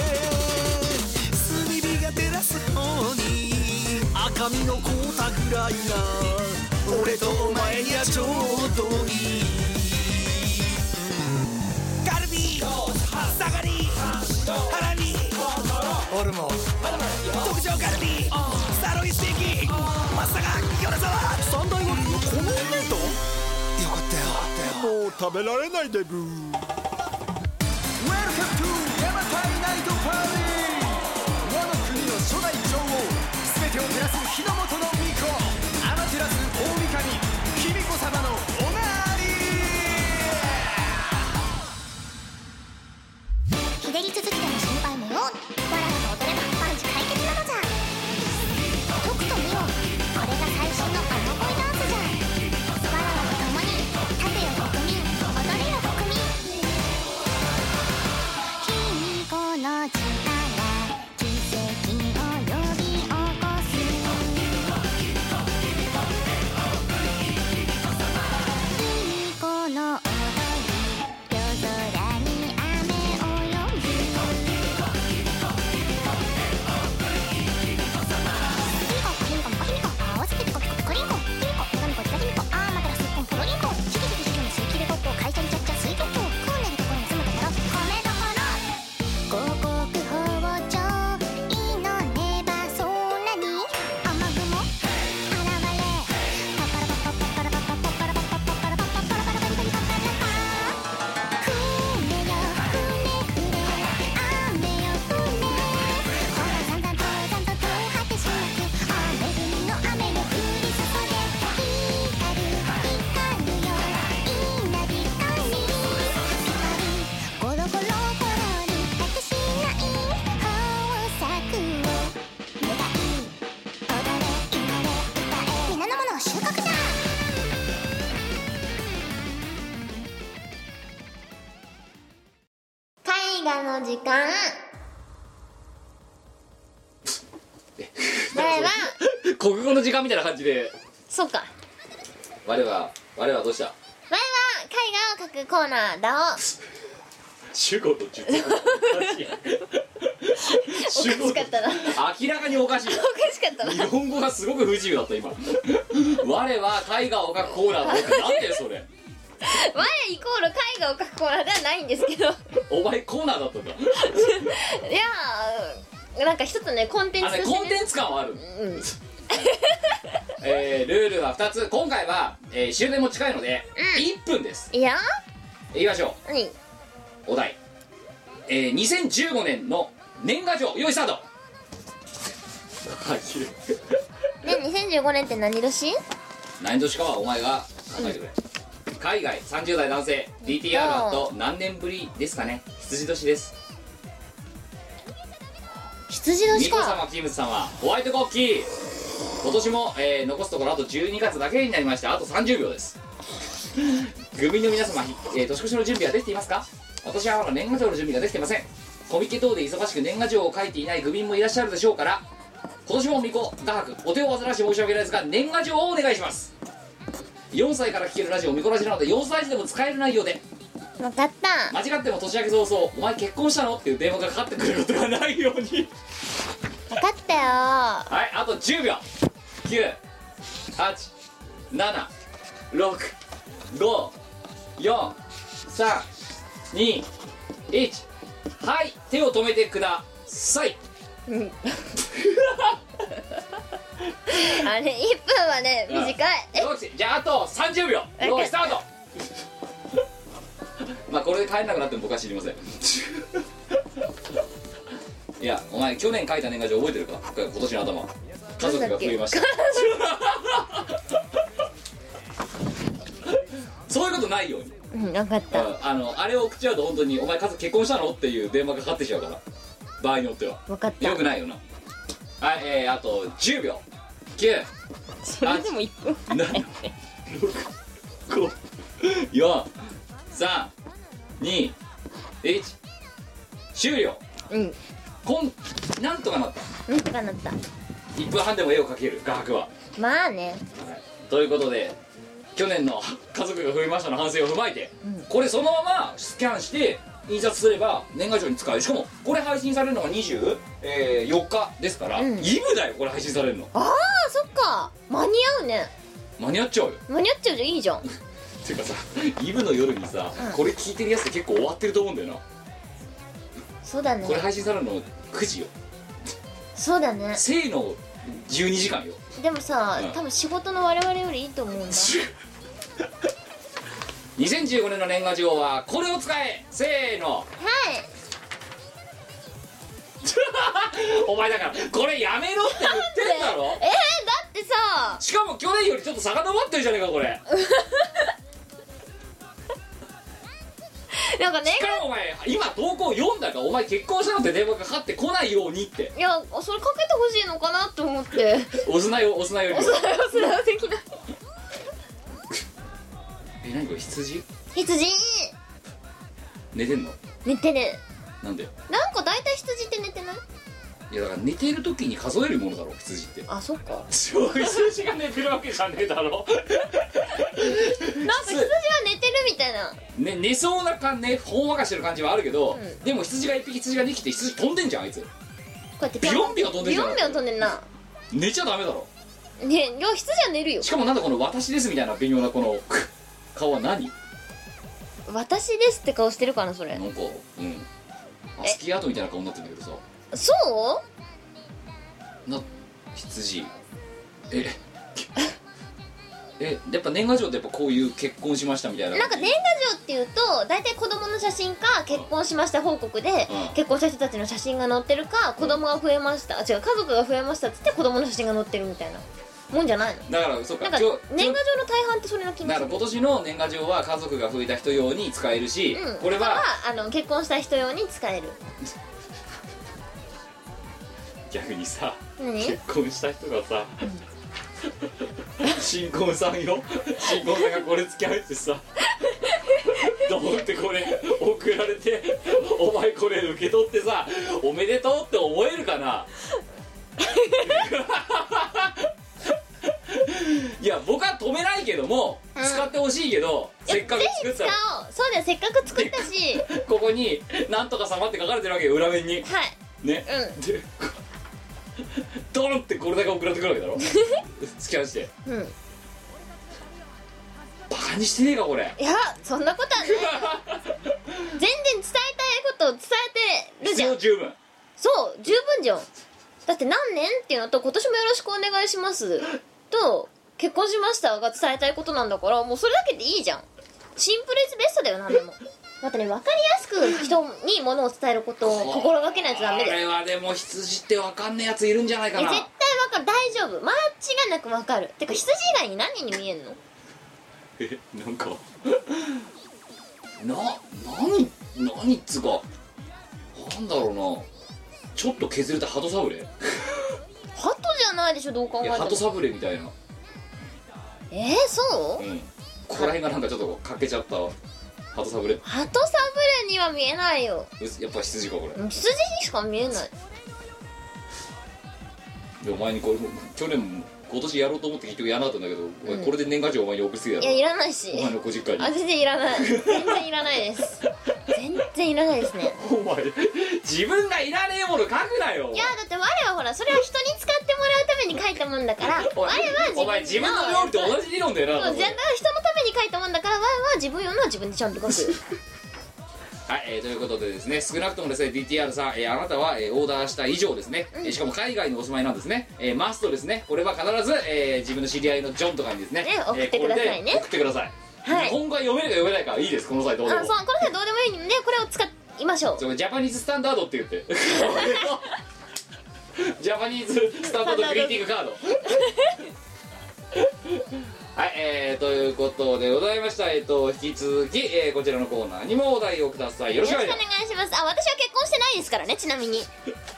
炭火が照らす方に赤身のコータぐらいが俺とお前にはちょうどいい。カルビサガリハラミホルモン特上カルビサロイステーキ松阪米沢三大和牛のこのお値段。 よかったよ。 もう食べられないでブー。 Welcome to ヤマタイナイトパーティー。我の国の初代女王、全てを照らす日の本の巫女、アマテラス大神卑弥呼様のおなーり。 ひねり続きでも心配無用。わらわと踊れば万事解決なのじゃ。とくと見よ、 画の時間。我は国語の時間みたいな感じで。 そうか。 我はどうした？ 絵画を描くコーナーだお。 主語と述語おかしい。 おかしかったな。 明らかにおかしい。 おかしかったな。 日本語がすごく不自由だった今。我は絵画を描くコーナーだってなんだよそれ。 我イコール絵画を描くコーナーではないんですけど。 お前コーナーだったんだ。 いやなんか一つねコンテンツとして、ね、 コンテンツ感はある。 うんルールは2つ。今回は、終電も近いので、1分です。 いやいきましょう。 はい。 お題、2015年の年賀状。用意スタート。 ね、2015年って何年？ 何年かはお前が考えてくれ。海外30代男性 DTR あと何年ぶりですかね。羊年です。 羊年か。 ミコ様キムズさんはホワイト国旗。今年も、残すところあと12月だけになりました。あと30秒です。グミの皆様、年越しの準備はできていますか？私はまだ年賀状の準備ができていません。コミケ等で忙しく年賀状を書いていないグミもいらっしゃるでしょうから、今年もミコ画伯お手を煩わし申し訳ないですが年賀状をお願いします。4歳から聴けるラジオミコラジなので4歳児でも使える内容で。 分かった。 間違っても年明け早々お前結婚したのっていう電話がかかってくることがないように。 分かったよ。 はい、あと10秒。9、8、7、6、5、4、3、2、1。はい、手を止めてください。 あれ1分はね短い。 じゃああと30秒。用意スタート。まあこれで帰れなくなっても僕は知りません。いやお前去年書いた年賀状覚えてるか？今年の頭家族が増えました。そういうことないように。 分かった。 あれを送っちゃうと本当にお前家族結婚したのっていう電話がかかってきちゃうから場合によっては。 分かった。 よくないよな。はい、あと10秒。9、 それでも1分 7、6、5、4、3、2、1。終了。なんとかなった。 なんとかなった。 1分半でも絵を描ける画伯は。 まあね、 ということで去年の家族が増えましたの反省を踏まえて、これそのままスキャンして印刷すれば年賀状に使える。しかもこれ配信されるのが24日ですから、イブだよこれ配信されるの。 ああそっか、間に合うね。 間に合っちゃうよ。 間に合っちゃうじゃん。いいじゃん。 てかさ、イブの夜にさ、これ聞いてるやつって結構終わってると思うんだよな。 そうだね。 これ配信されるの9時よ。 そうだね。 正の12時間よ。 でもさ、多分仕事の我々よりいいと思うんだ。 2015年の年賀状はこれを使え。せーの。 はい。 お前だからこれやめろって言ってんだろ。 だってさ、 しかも去年よりちょっと遡ってるじゃねえかこれ。 なんかね、 しかもお前今投稿読んだか、お前結婚したのって電話がかかってこないようにって。 いやそれかけてほしいのかなと思って。 おすなよおすなよりおすなよ的な。 何これ羊寝てんの？ 寝てる。 なんで？ なんか大体羊って寝てない？ いやだから寝てる時に数えるものだろ羊って。 あ、そっか。 羊が寝てるわけじゃねえだろ。なんか羊は寝てるみたいな、 寝そうな感じね、ほんわかしてる感じはあるけど、でも羊が1匹羊が2匹って羊飛んでんじゃんあいつ。こうやってビヨンビヨン飛んでんじゃん。 ビヨンビヨン飛んでんな。 寝ちゃダメだろ。 ね、いや羊は寝るよ。 しかもなんだこの私ですみたいな微妙なこの顔は何？ 私ですって顔してるかなそれ。 なんかスキーアートみたいな顔になってるんだけどさ。 そう羊やっぱ年賀状ってやっぱこういう結婚しましたみたいな。 なんか年賀状っていうと大体子供の写真か結婚しました報告で、結婚した人たちの写真が載ってるか、子供が増えました、違う家族が増えましたって言って子供の写真が載ってるみたいなもんじゃないの？ だからそうか、 なんか年賀状の大半ってそれの気がする。 だから今年の年賀状は家族が増えた人用に使えるし、これは結婚した人用に使える。 逆にさ、 結婚した人がさ、新婚さんよ、新婚さんがこれ付き合うってさドンってこれ送られて、お前これ受け取ってさおめでとうって思えるかな。いや僕は止めないけども、使ってほしいけど、せっかく作ったらそうだよ、せっかく作ったしここになんとか様って書かれてるわけよ、裏面に。 はいね、でドンってこれだけ送られてくるわけだろ。スキャンして、バカにしてねえかこれ。 いやそんなことはない全然伝えたいことを伝えてるじゃん。 十分、 そう十分じゃん。だって何年っていうのと今年もよろしくお願いしますと結婚しましたが伝えたいことなんだから、もうそれだけでいいじゃん。シンプルイズベストだよ。何でもだってね、分かりやすく人に物を伝えることを心がけないとダメだよ。 これはでも羊って分かんねえやついるんじゃないかな。 絶対分かる、大丈夫、間違いなく分かる。てか羊以外に何に見えんの。 なんか何っつうかなんだろうな、ちょっと削れた鳩サブレ。 鳩じゃないでしょ、どう考えても。 鳩サブレみたいな。 そう、 ここら辺がなんかちょっと欠けちゃった鳩サブレ。 鳩サブレには見えないよ。 やっぱ羊かこれ。 羊にしか見えない。 でお前にこれ去年今年やろうと思って結局やらなかったんだけど、お前これで年賀状お前に送りすぎだろ。 いやいらないし、 お前のご実家に。 全然いらない、全然いらないです全然いらないですね。 お前自分がいらねえもの書くなよ。 いやだって我はほらそれは人に使ってもらうために書いたもんだから、我はお前自分の料理と同じ理論だよな。 そう、人のために書いたもんだから、我は自分用のは自分でちゃんと書く。 はい、ということでですね、少なくともですね DTR さん、あなたは、オーダーした以上ですね、しかも海外にお住まいなんですね、マストですね、これは必ず、自分の知り合いのジョンとかにですね、 送ってくださいね。 送ってください。 はい、 日本語が読めるか読めないかいいです、この際どうでも。 そう、この際どうでもいいんでこれを使いましょう。 ジャパニーズスタンダードって言ってジャパニーズスタンダードグリーティングカードはい、ということでございました。引き続き、こちらのコーナーにもお題をください。よろしくお願いします。私は結婚してないですからね、ちなみに。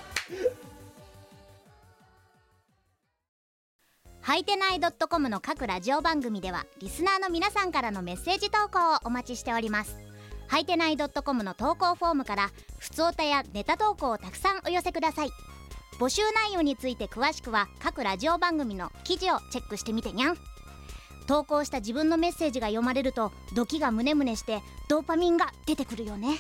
はいてない .com の各ラジオ番組ではリスナーの皆さんからのメッセージ投稿をお待ちしております。はいてない .com の投稿フォームからふつおたやネタ投稿をたくさんお寄せください。募集内容について詳しくは各ラジオ番組の記事をチェックしてみてにゃん。投稿した自分のメッセージが読まれるとドキがムネムネしてドーパミンが出てくるよね。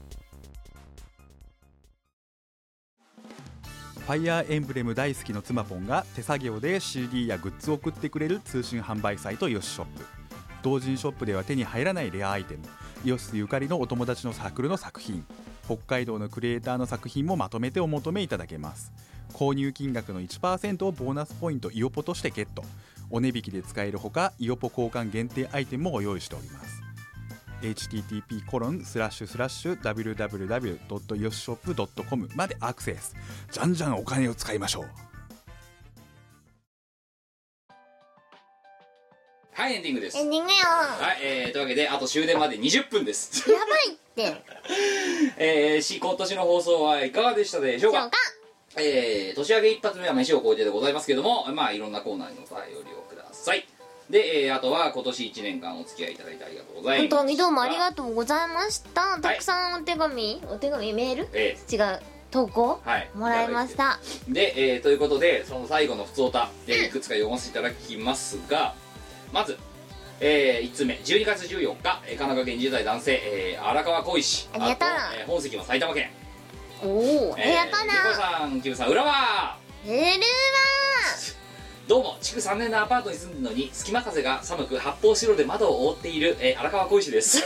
ファイアーエンブレム大好きの妻ポンが手作業で CD やグッズを送ってくれる通信販売サイトイオシショップ。同人ショップでは手に入らないレアアイテム、イオシスゆかりのお友達のサークルの作品、北海道のクリエイターの作品もまとめてお求めいただけます。購入金額の 1% をボーナスポイントイオポとしてゲット。お値引きで使えるほかイオポ交換限定アイテムもご用意しております。 http://www.yoshop.com までアクセス。じゃんじゃんお金を使いましょう。 はい、エンディングです。 エンディングよ。 はい、というわけであと終電まで20分ですやばいって今年の放送はいかがでしたでしょうか。年明け一発目は飯を超えてでございますけども、いろんなコーナーにお便りをください。で、あとは今年1年間お付き合いいただいてありがとうございます。 本当にどうもありがとうございました。たくさんお手紙メール、違う投稿、もらいました。 で、ということでその最後のふつおた、いくつか読ませていただきますが、まず、1つ目12月14日、神奈川県10代男性、荒川小石、 ありがとう。 本籍は埼玉県。 おお、ありがとうな。 ニコさん、キムさん、浦和どうも、築3年のアパートに住んでるのに隙間風が寒く発泡スチロールで窓を覆っている、荒川小石です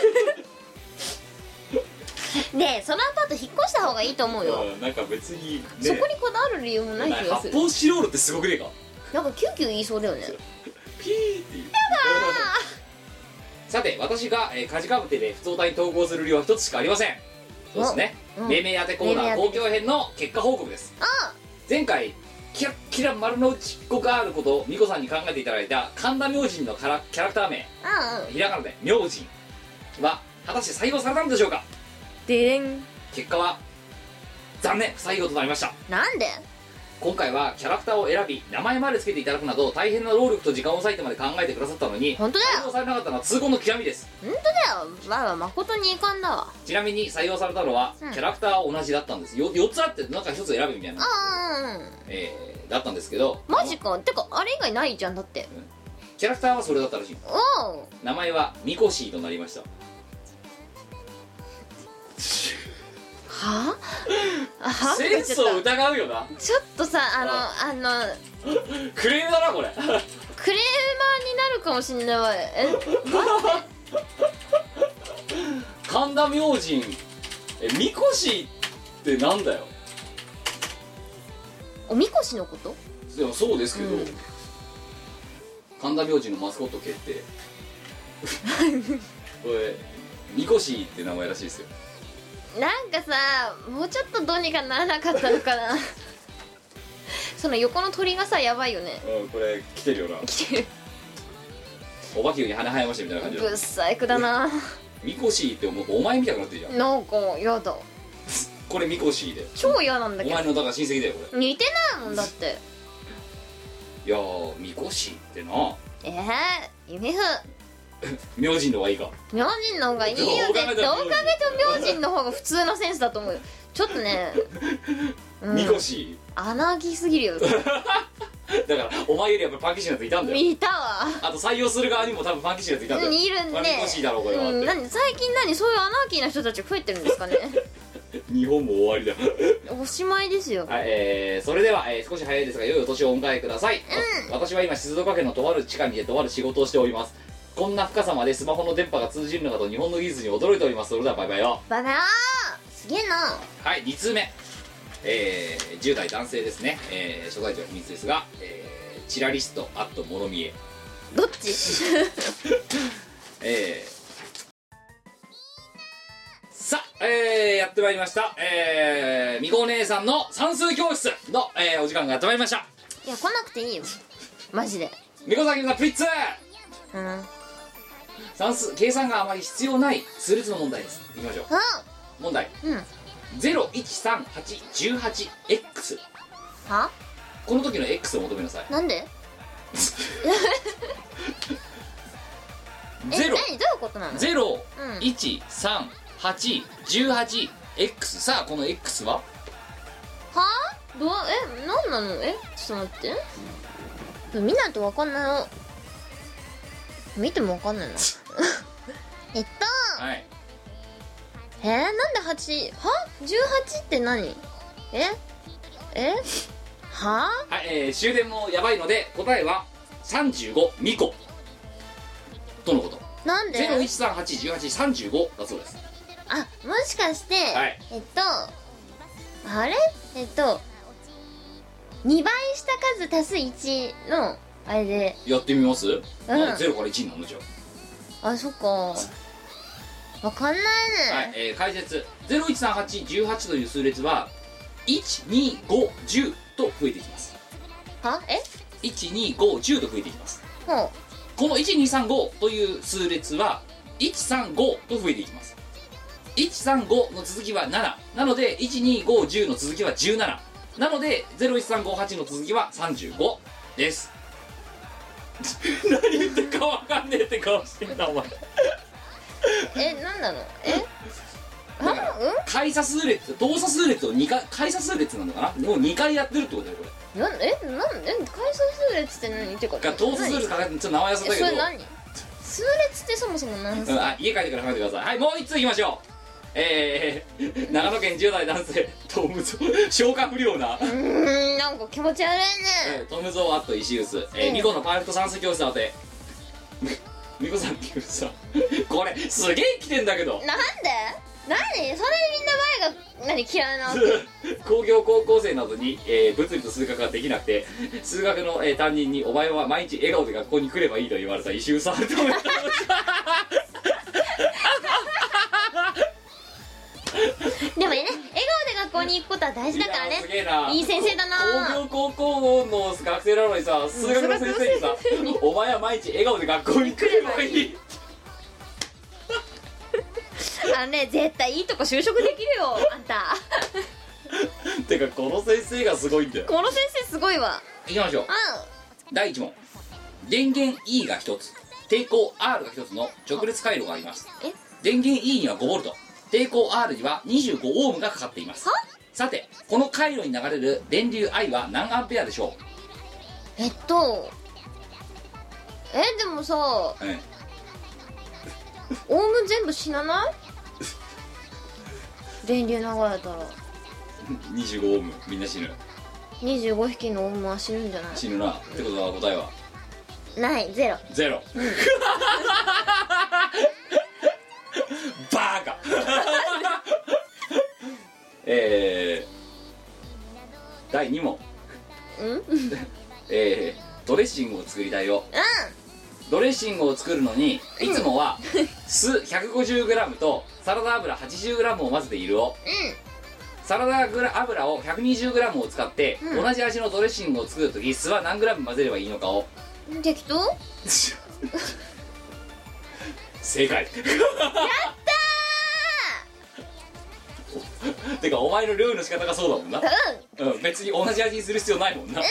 ねえ、そのアパート引っ越した方がいいと思うよ。 なんか別に、ね、 そこにこだわる理由もない気がする。 発泡スチロールってすごくねえか。 なんかキューキュー言いそうだよね。 ピーっていう。さて、私が、カジカブテで普通歌に投稿する理由は一つしかありません。そうですね、命名当てコーナー公共編の結果報告です。前回キラッキラ丸の内っ子ガールことミコさんに考えていただいた神田明神のキャラクター名、ひらがなで明神は果たして採用されたんでしょうか。 でん。 結果は残念不採用となりました。 なんで？ 今回はキャラクターを選び名前まで付けていただくなど大変な労力と時間を割いてまで考えてくださったのに、 本当だよ、 採用されなかったのは痛恨の極みです。 本当だよ、わは誠に遺憾だわ。 ちなみに採用されたのは、キャラクターは同じだったんです。4つあって中1つ選ぶみたいな、だったんですけど、 マジか。てかあれ以外ないじゃん。だってキャラクターはそれだったらしい。 おお、 名前はミコシーとなりました。 はあ、 センスを疑うよな。 ちょっとさ、 クレームだなこれ。 クレーマーになるかもしんないわ。 神田明神ミコシーってなんだよ。 おみこしのこと？ でもそうですけど、神田明神のマスコット決定。これミコシーって名前らしいですよ。 なんかさ、もうちょっとどうにかならなかったのかな。その横の鳥がさ、やばいよね。 これ来てるよな。 来てる。 お化けに羽生えましたみたいな感じだ。 ぶっ細工だな。 ミコシーってもうお前みたいになってるじゃん。 なんかやだ。 これミコシーで超嫌なんだけど。 お前のだから親戚だよこれ。 似てないもんだって。 いやーミコシーってな。 夢ふ。 明神の方がいいか。 明神の方がいいよ。どう考えても明神の方が普通のセンスだと思うよ。ちょっとね、 ミコシー穴あきすぎるよ。 だからお前よりやっぱパンキッシュのやついたんだよ。 見たわ。 あと採用する側にも多分パンキッシュのやついたんだよ。 いるね。 ミコシーだろうこれはって。 最近そういうアナーキーな人たち増えてるんですかね。 日本も終わりだ。 おしまいですよ。 はい、それでは、少し早いですが良いお年をお迎えください。私は今静岡県のとある地下にてとある仕事をしております。こんな深さまでスマホの電波が通じるのかと日本の技術に驚いております。それではバイバイよ。 バイバイ。すげえな。 はい、2通目、10代男性ですね。所在地は秘密ですが、チラリストもろみえ。 どっち？ さあ、やってまいりました。みこお姉さんの算数教室の、お時間がやってまいりました。 いや来なくていいよマジで。 みこさんプリッツ。算数計算があまり必要ない数列の問題です。いきましょう。問題、013818X。 は？ この時の X を求めなさい。 なんで？何どういうことなの？ 013818X。 さあこの X は？ は？なんなの？ちょっと待って、見ないと分かんないの。見ても分かんないの。 はい。 なんで8？は？18って何？は？ はい、終電もやばいので答えは35ミコとのこと。 なんで？ 01381835だそうです。 あ、もしかして、 はい、 あれ2倍した数足す1のあれでやってみます？0から1になるのじゃあ。あ、そっか。わかんないね。 はい、解説。013818という数列は12510と増えていきます。 は ？12510と増えていきます。 ほう。 この1235という数列は135と増えていきます。135の続きは7なので12510の続きは17なので01358の続きは35です。何言ってるか分かんねえって顔してんだお前。 なんなの？ 解差数列、動作数列を2回、解差数列なのかな、もう2回やってるってことだよこれ。 解差数列って何？ってか動作数列かかってちょっと名前忘れたけど、 それ何？数列ってそもそも何すか？ 家帰ってから考えてください。はい、もう1ついきましょう。長野県10代男性トムゾ消化不良ななんか気持ち悪いね。 トムゾーアット石臼、ミコのパーフェクト算数教室だってミコさんっていうさ、これすげえ来てんだけど。 なんで？何？それでみんな前が嫌いなわけ？ 工業高校生などに、物理と数学ができなくて数学の、担任にお前は毎日笑顔で学校に来ればいいと言われた石臼さんと思ったでもね、笑顔で学校に行くことは大事だからね。いい先生だな。 工業高校の学生なのにさ、数学の先生にさお前は毎日笑顔で学校に来ればいい絶対いいとこ就職できるよあんた。 ってかこの先生がすごいんだよ。 この先生すごいわ。 いきましょう。第1問。電源 E が1つ、抵抗 R が1つの直列回路があります。電源 E には 5V、抵抗 R には25オームがかかっています。さてこの回路に流れる電流 I は何アンペアでしょう？ でもさ、オーム全部死なない？電流流れたら 25オーム、みんな死ぬ。 25匹のオウムは死ぬんじゃない？ 死ぬな。ってことは答えはないゼロ。 バーカ第2問。ドレッシングを作りたいよ。ドレッシングを作るのにいつもは酢 150g とサラダ油 80g を混ぜているを、サラダ油を 120g を使って、同じ味のドレッシングを作るとき酢は何 g 混ぜればいいのかを。 適当正解。やったーてかお前の料理の仕方がそうだもんな。別に同じ味にする必要ないもんな。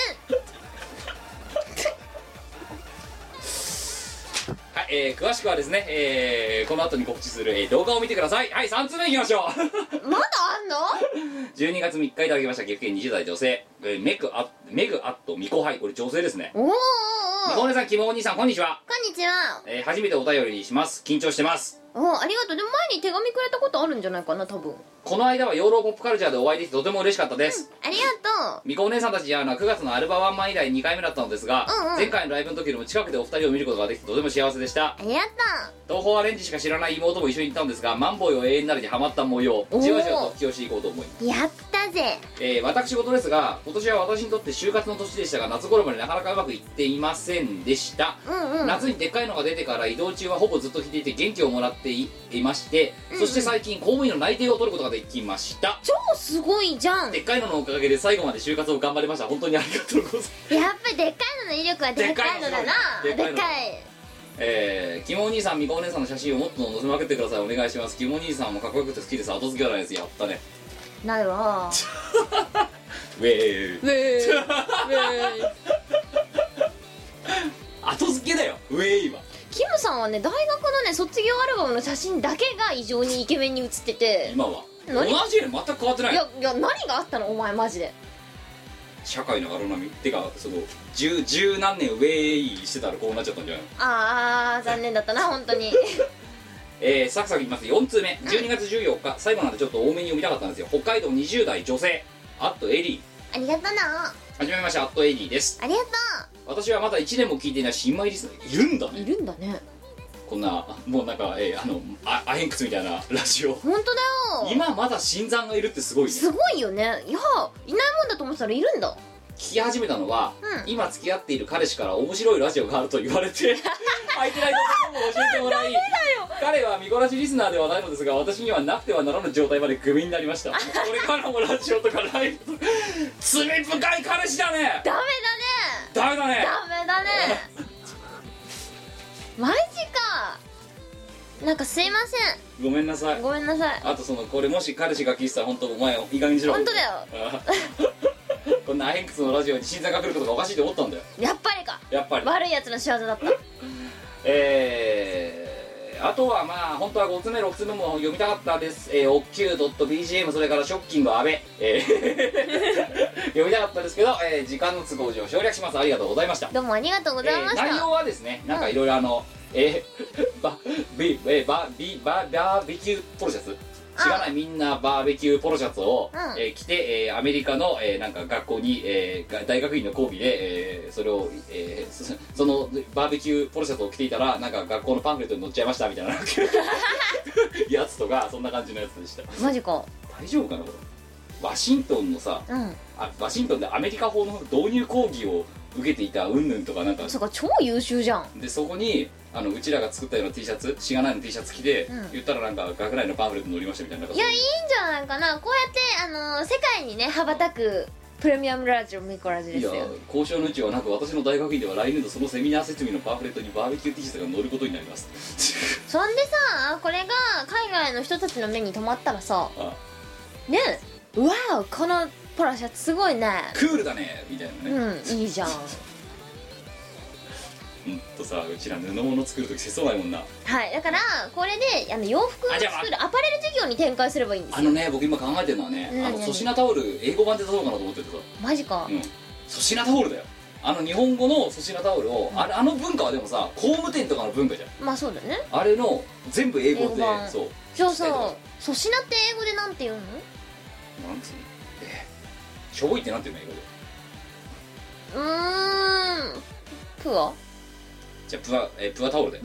はい、詳しくはですね、この後に告知する、動画を見てください。はい、3つ目いきましょう。まだあんの ？12月3日いただきました。岐阜県20代女性、メグアットミコハイ。これ女性ですね。 おーみこお姉さん、きもお兄さん、こんにちは。 こんにちは。 初めてお便りします。緊張してます。 ありがとう。でも前に手紙くれたことあるんじゃないかな、多分。 この間は養老ポップカルチャーでお会いできてとても嬉しかったです。 ありがとう。 みこお姉さんたちに会うのは9月のアルバワンマン以来2回目だったのですが、前回のライブの時よりも近くでお二人を見ることができてとても幸せでした。 ありがとう。東宝アレンジしか知らない妹も一緒に行ったんですが、マンボイを永遠なるにハマった模様、じわじわと引き寄していこうと思い、 やったぜ。 私事ですが、今年は私にとって就活の年でしたが、夏頃までなかなかうまくいっていませんでした。夏にでっかいのが出てから移動中はほぼずっと弾いていて元気をもらっていまして、そして最近公務員の内定を取ることができました。 超すごいじゃん。 でっかいののおかげで最後まで就活を頑張りました。本当にありがとうございます。 やっぱりでっかいのの威力はでっかいのだな。でっかい。 キモお兄さん、みこお姉さんの写真をもっと載せまくってください。お願いします。キモお兄さんもかっこよくて好きです。後付けはないです。やったね。 ないわウェーイ後付けだよ、ウェーイは。 キムさんはね、大学のね卒業アルバムの写真だけが異常にイケメンに写ってて、 今は同じより全く変わってない。 いや何があったのお前マジで。 社会の荒波ってか、その十何年ウェーイしてたらこうなっちゃったんじゃないの。 残念だったな本当に。 サクサクいきます。4通目、12月14日、最後なんでちょっと多めに読みたかったんですよ。北海道20代女性、アットエリー。ありがとうな。 はじめまして、アットエリーです。 ありがとう。 私はまだ1年も聞いていない新米リスナーいるんだね。 いるんだね。 こんなもうなんかアヘンクスみたいなラジオ。 本当だよ。 今まだ新参がいるってすごいね。 すごいよね。いやいないもんだと思ってたらいるんだ。 聞き始めたのは、今付き合っている彼氏から面白いラジオがあると言われて相手ないことも教えてもらい彼はミコラジリスナーではないのですが、私にはなくてはならぬ状態までクビになりました。これからもラジオとかライブ罪深い彼氏だね。 ダメだねマジか。なんかすいません、 ごめんなさい。あとこれもし彼氏が聞いてたら本当お前いい加減にしろ。 本当だよ。 こんなアヘンクスのラジオに新参が来ることがおかしいと思ったんだよ。 やっぱりか。悪いやつの仕業だった。 あとはまあ本当は5つ目6つ目も読みたかったです。おっきゅう .bgm、 それからショッキング阿部、読みたかったですけど、時間の都合上省略します。ありがとうございました。 どうもありがとうございました。 内容はですね、なんかいろいろバーベキューポロシャツ、知らないみんなバーベキューポロシャツを、着て、アメリカの、なんか学校に、大学院の講義で、それを、そのバーベキューポロシャツを着ていたらなんか学校のパンフレットに載っちゃいましたみたいなやつとか、そんな感じのやつでした。 マジか。 大丈夫かなこれ。ワシントンのさ、ワシントンでアメリカ法の導入講義を受けていたうんぬんとかなんか、 そうか、超優秀じゃん。 でそこにうちらが作ったような T シャツ、しがないの T シャツ着て、言ったらなんか学内のパンフレット載りましたみたいな。 いや、いいんじゃないかな。こうやって世界にね羽ばたくプレミアムラジオミコラジですよ。 いや、交渉のうちはなく、私の大学院では来年度そのセミナー設備のパンフレットにバーベキュー T シャツが載ることになりますそんでさ、これが海外の人たちの目に留まったらさ、ねえ、うわお、このポロシャツすごいね。 クールだねみたいなね。 うん、いいじゃん。 さ、うちら布物作るときせそうないもんな。 はい、だからこれで洋服を作るアパレル事業に展開すればいいんですよ。 僕今考えてるのはね、粗品タオル英語版で出そうかなと思っててさ。 マジか。 粗品タオルだよ。日本語の粗品タオルを、あの文化はでもさ、工務店とかの文化じゃん。 まあそうだね。 あれの全部英語で、そう。 じゃあさ、粗品って英語でなんて言うの？ なんつうの？しょぼいってなんて言うの英語で。 プア？ じゃあプアタオルだよ。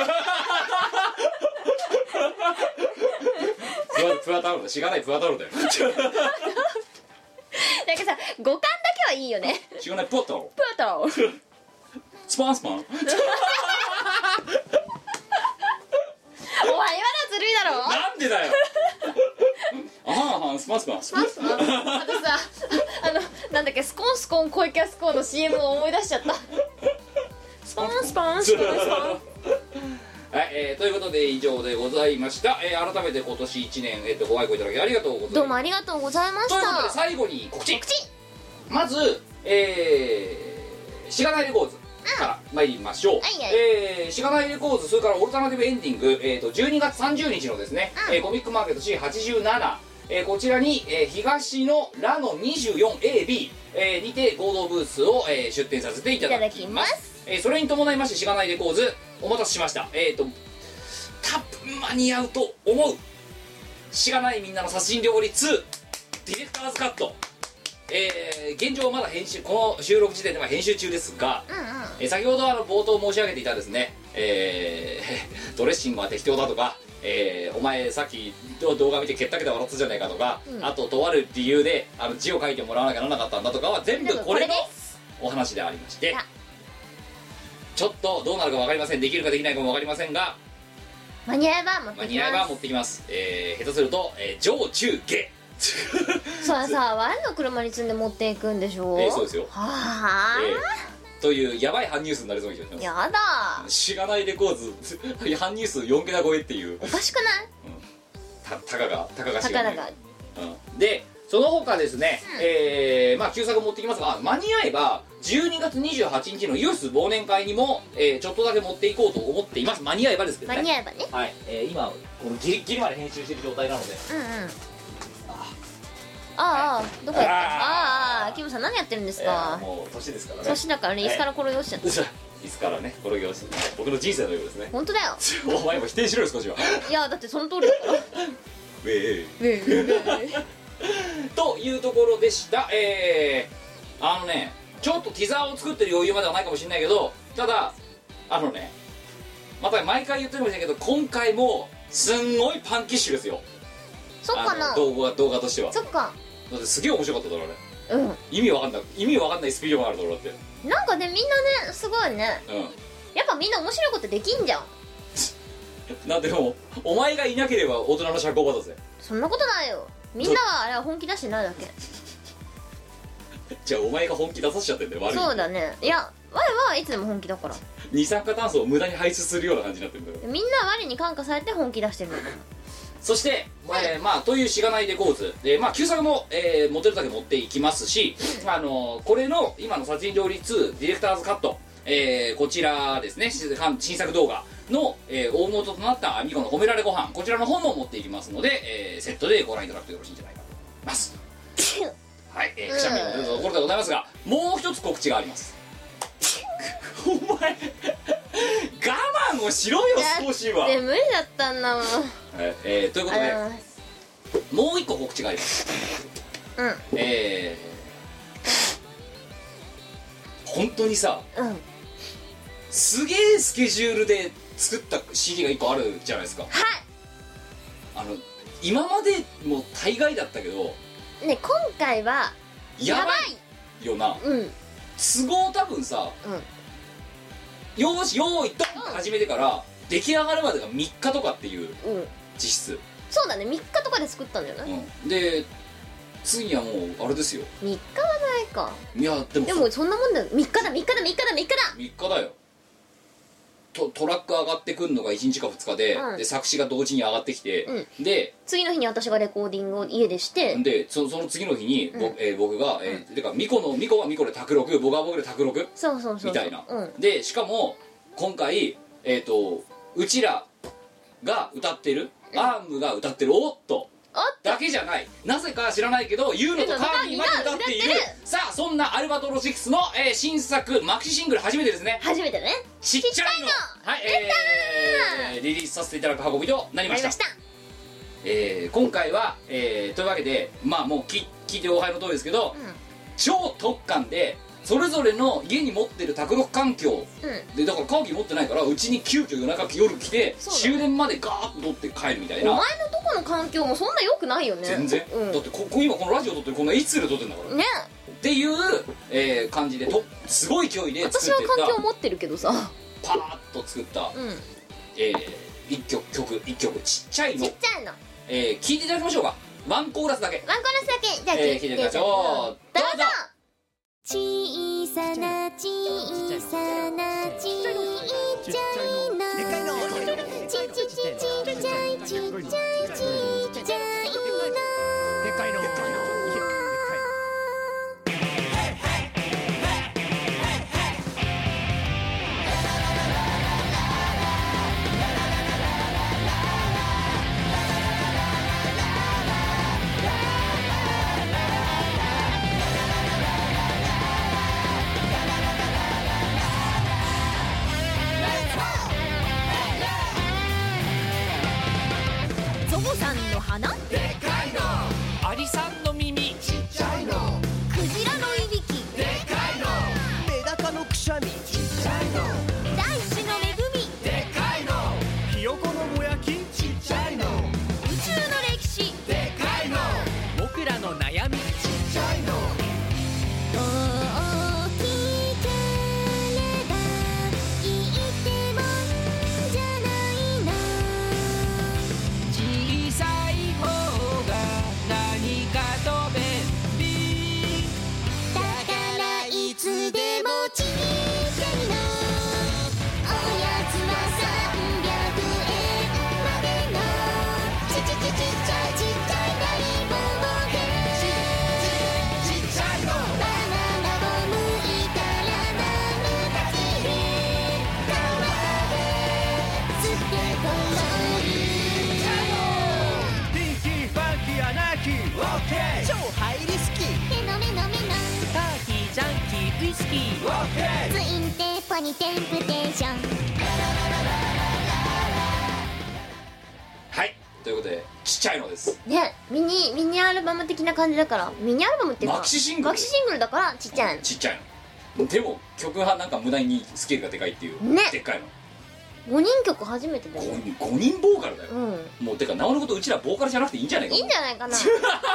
プアタオルだ。しがないプアタオルだよ。 なんかさ、語感だけはいいよね。 しがないプアタオル。 プアタオル。 スパンスパン。お前今のずるいだろ。 なんでだよ。スパンスパン。 スパンスパン。あとさ、なんだっけ、スコンスコン小池スコーの CM を思い出しちゃった。スパンスパンスパンスパン。 はい、ということで以上でございました。改めて今年1年、ご愛顧いただきありがとうございます。 どうもありがとうございました。 ということで最後に告知。まず、しがないレコーズから参りましょう。しがないレコーズ、それからオルタナティブエンディング、12月30日のですね、コミックマーケット C87、こちらに、東のラの 24AB、にて合同ブースを、出展させていただきます。それに伴いましてしがないレコーズお待たせしました。多分間に合うと思う。しがないみんなの殺人料理2ディレクターズカット、現状はまだ編集、この収録時点では編集中ですが、先ほど冒頭申し上げていたですね、ドレッシングは適当だとか、お前さっき動画見てケッタケタ笑ったじゃないかとか、あととある理由で字を書いてもらわなきゃならなかったんだとかは全部これのお話でありまして、ちょっとどうなるか分かりません。できるかできないかも分かりませんが、 間に合えば持ってきます。 間に合えば持ってきます。下手すると、上中下それさ、ワンの車に積んで持っていくんでしょ。 そうですよ。 はあ、 というやばい搬入数になりそうにしてます。 やだ。 しがないレコーズ搬入数4桁超えっていう。 おかしくない？ たかがしがない。でその他ですね、旧作持ってきますが、間に合えば12月28日のユース忘年会にも、ちょっとだけ持っていこうと思っています。間に合えばですけどね。 間に合えばね。 はい、今このギリギリまで編集している状態なので。 どこやった？キムさん何やってるんですか？ もう年ですからね。 年だからね、椅子から転げ落ちちゃった。 椅子からね転げ落ちて、僕の人生のようですね。 本当だよ。 お前も否定しろよ少しは。 いやだってその通りだから。ウェイというところでした。ちょっとティザーを作ってる余裕まではないかもしれないけど、ただまた毎回言ってるかもしれないけど、今回もすんごいパンキッシュですよ。 そっかな。 動画としては。 そっか。 だってすげえ面白かっただろあれ。意味わかんないスピードがあるだろだって。 なんかね、みんなねすごいね。やっぱみんな面白いことできんじゃん。 なんでもお前がいなければ大人の社交場だぜ。 そんなことないよ。みんなはあれは本気出してないだけ。 じゃあお前が本気出させちゃってんだよ。悪い。 そうだね。いや我はいつでも本気だから。 二酸化炭素を無駄に排出するような感じになってるんだよ。 みんな我に感化されて本気出してるんだから。 そして、というしがないレコーズで、旧作も、持てるだけ持っていきますし、これの今の殺人料理2ディレクターズカット、こちらですね、新作動画の、大元となったアミコの褒められご飯、こちらの方も持っていきますので、セットでご覧いただくとよろしいんじゃないかと思います。はい、くしゃみが出るところでございますが、もう一つ告知があります。お前我慢をしろよ少しは。 無理だったんだもん。 ということでもう一個告知があります。本当にさ、すげえスケジュールで作った CD が一個あるじゃないですか。 はい。 今までも大概だったけどね、今回はやばいよな。都合多分さ、よーし用意ドンって始めてから出来上がるまでが3日とかっていう実質。 そうだね、3日とかで作ったんじゃない？ で次はもうあれですよ。 3日はないか。 いやでもそんなもんだよ。3日だ。 3日だよ。 トラック上がってくるのが1日か2日で、で作詞が同時に上がってきて、で次の日に私がレコーディングを家でして、 でその次の日に僕がてかミコはミコで卓録、僕は僕で卓録みたいな。でしかも今回うちらが歌ってる、アームが歌ってるおっとだけじゃない、なぜか知らないけどユーノとカービィまで歌っている。さあそんなアルバトロ6の、新作マキシシングル初めてですね。 初めてね。 ちっちゃいの、はい、リリースさせていただく運びとなりました。今回は、というわけでまあもう聞いておはようの通りですけど、超特感でそれぞれの家に持ってる卓録環境、でだからカービィ持ってないからうちに急遽夜来て終電までガーッと取って帰るみたいな。 お前のとこの環境もそんな良くないよね。 全然、だって今このラジオ撮ってるこんないつで撮ってんだからねっていう、感じですごい勢いで作ってた。 私は環境持ってるけどさ、 パーッと作った、一曲ちっちゃいの、聞いていただきましょうか。ワンコーラスだけ。 じゃあ聞いていただきましょう。どうぞ。 小さな小さなちっちゃいの、ちっちゃいちっちゃいちっちゃいちっちゃいの、でかいの。 ゾウさんの鼻でかいの、アリさんの耳ちっちゃいの、 クジラのいびきでかいの、メダカのくしゃみちっちゃいの、 大地の恵みでかいの、ひよこのぼやきちっちゃいの、 宇宙の歴史でかいの、僕らの悩みちっちゃいの、 大きければいいってもんじゃないの、 小さい方が何かと便利、 だからいつでもちっちゃいの、おやつは300円までのちっちゃい大冒険、 ちっちゃいの、 バナナを剥いたらマムたちで川で釣ってころる、 ピンキーファンキーアナーキーオッケー、超ハイリスキー、 目のパーティージャンキーウイスキーオッケー、 ツインテーポにテンプテーション。 はい、ということでちっちゃいのですね、ミニアルバム的な感じだから、ミニアルバムっていうかマキシシングルだからちっちゃいの。 ちっちゃいのでも曲はなんか無駄にスケールがでかいっていう、 ね、 でっかい 5 の人曲初めてだよ。 5人ボーカルだよ、もうてかなおのことうちらボーカルじゃなくていいんじゃないか、 いいんじゃないかな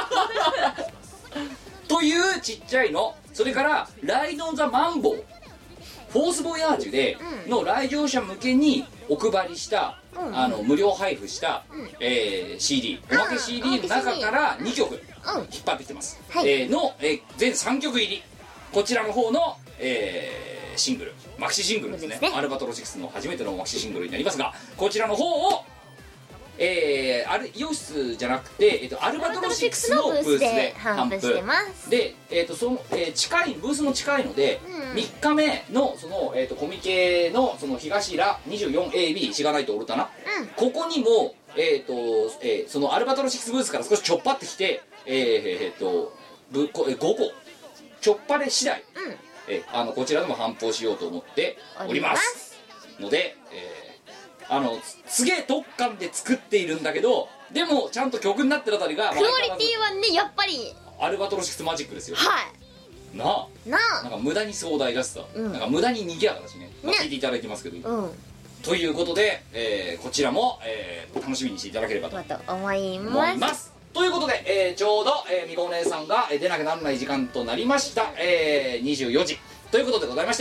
というちっちゃいの。それからライド・オン・ザ・マンボウフォース・ボヤージュでの来場者向けにお配りした、無料配布した、CD おまけ CD の中から2曲引っ張ってきてます、の、全3曲入りこちらの方の、シングルマキシシングルですね、アルバトロ6の初めてのマキシシングルになりますが、こちらの方をイオシスじゃなくて、アルバトロ6のブースで販布してますで、その、近いブースの近いので、3日目のその、コミケのその東ら 24AB しがないとオルタナ、ここにも、そのアルバトロ6ブースから少しちょっぱってきて、5個ちょっぱれ次第、こちらでも販布しようと思っておりますので、すげえ特感で作っているんだけど、でもちゃんと曲になってるあたりがクオリティはね、やっぱりアルバトロ6マジックですよ。 はいなあなんか無駄に壮大だしさ、なんか無駄に賑やかだしね、聞いていただいてますけど、ということで、こちらも、楽しみにしていただければと思います。 ということで、ちょうど、みこお姉さんが出なきゃならない時間となりました、24時ということでございまして、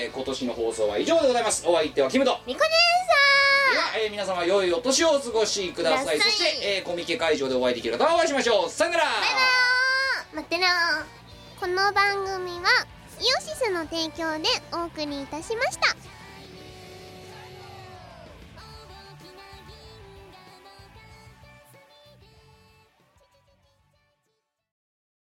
今年の放送は以上でございます。お相手はキムとみこ姉さんでは、皆様良いお年をお過ごしください。そして、コミケ会場でお会いできる方はお会いしましょう。さよなら。 バイバーイ。待ってな。 この番組はイオシスの提供でお送りいたしました。